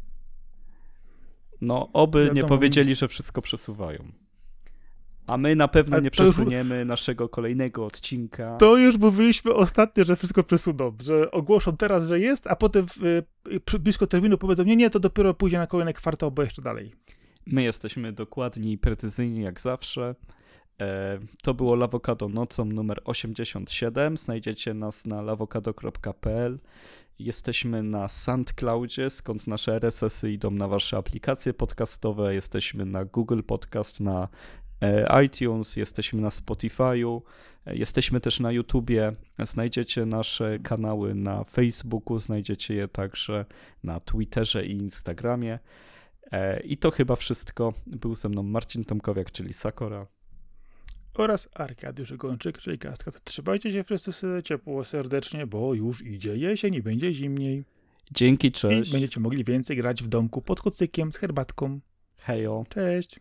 B: No, oby nie powiedzieli, że wszystko przesuwają. A my na pewno nie przesuniemy naszego kolejnego odcinka.
A: To już mówiliśmy ostatnio, że wszystko przesuną, że ogłoszą teraz, że jest, a potem blisko terminu powiedzą, nie, to dopiero pójdzie na kolejny kwartał, bo jeszcze dalej.
B: My jesteśmy dokładni i precyzyjni jak zawsze. To było Lawokado nocą numer 87. Znajdziecie nas na lawokado.pl. Jesteśmy na SoundCloudzie, skąd nasze RSS-y idą na wasze aplikacje podcastowe. Jesteśmy na Google Podcast, na iTunes, jesteśmy na Spotify'u, jesteśmy też na YouTubie. Znajdziecie nasze kanały na Facebooku, znajdziecie je także na Twitterze i Instagramie. I to chyba wszystko. Był ze mną Marcin Tomkowiak, czyli Sakora.
A: Oraz Arkadiusz Gończyk, czyli Kaskad. Trzymajcie się wszyscy ciepło, serdecznie, bo już idzie jesień i będzie zimniej.
B: Dzięki, cześć.
A: I będziecie mogli więcej grać w domku pod kocykiem z herbatką.
B: Hejo.
A: Cześć.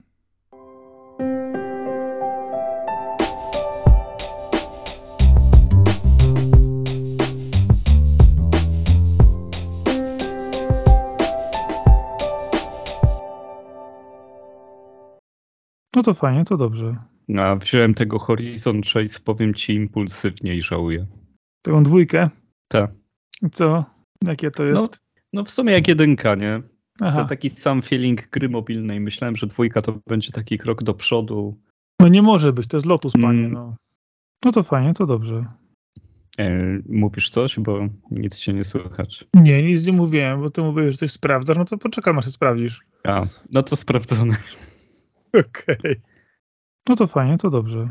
A: No to fajnie, to dobrze.
B: A wziąłem tego Horizon Chase, powiem ci, impulsywnie i żałuję.
A: Tą 2?
B: Tak.
A: Co? Jakie to jest?
B: No w sumie jak 1, nie?
A: Aha.
B: To taki sam feeling gry mobilnej. Myślałem, że 2 to będzie taki krok do przodu.
A: No nie może być, to jest Lotus, panie. No to fajnie, to dobrze.
B: Mówisz coś, bo nic cię nie słychać.
A: Nie, nic nie mówiłem, bo ty mówisz, że coś sprawdzasz, no to poczekam, aż się sprawdzisz.
B: A, no to sprawdzone.
A: Okej. No to fajnie, to dobrze.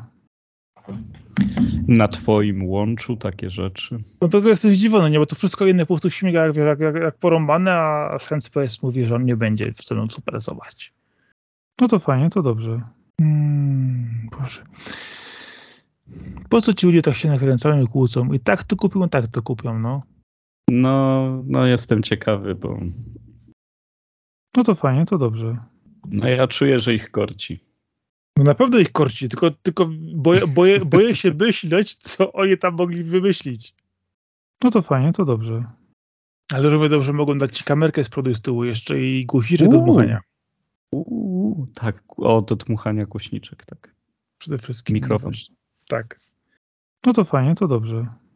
B: Na twoim łączu takie rzeczy.
A: No to jesteś zdziwiony, nie? Bo to wszystko inne po prostu śmiga jak porąbane, a Handspace mówi, że on nie będzie w celu supersować. No to fajnie, to dobrze. Boże. Po co ci ludzie tak się nakręcają i kłócą? I tak to kupią, no.
B: No jestem ciekawy, bo...
A: No to fajnie, to dobrze.
B: No ja czuję, że ich korci.
A: No naprawdę ich korci, tylko boję się myśleć, co oni tam mogli wymyślić. No to fajnie, to dobrze. Ale równie dobrze mogą dać ci kamerkę z przodu i z tyłu jeszcze i głośniczek do dmuchania.
B: Tak, do dmuchania głośniczek, tak.
A: Przede wszystkim.
B: Mikrofon.
A: Tak. No to fajnie, to dobrze.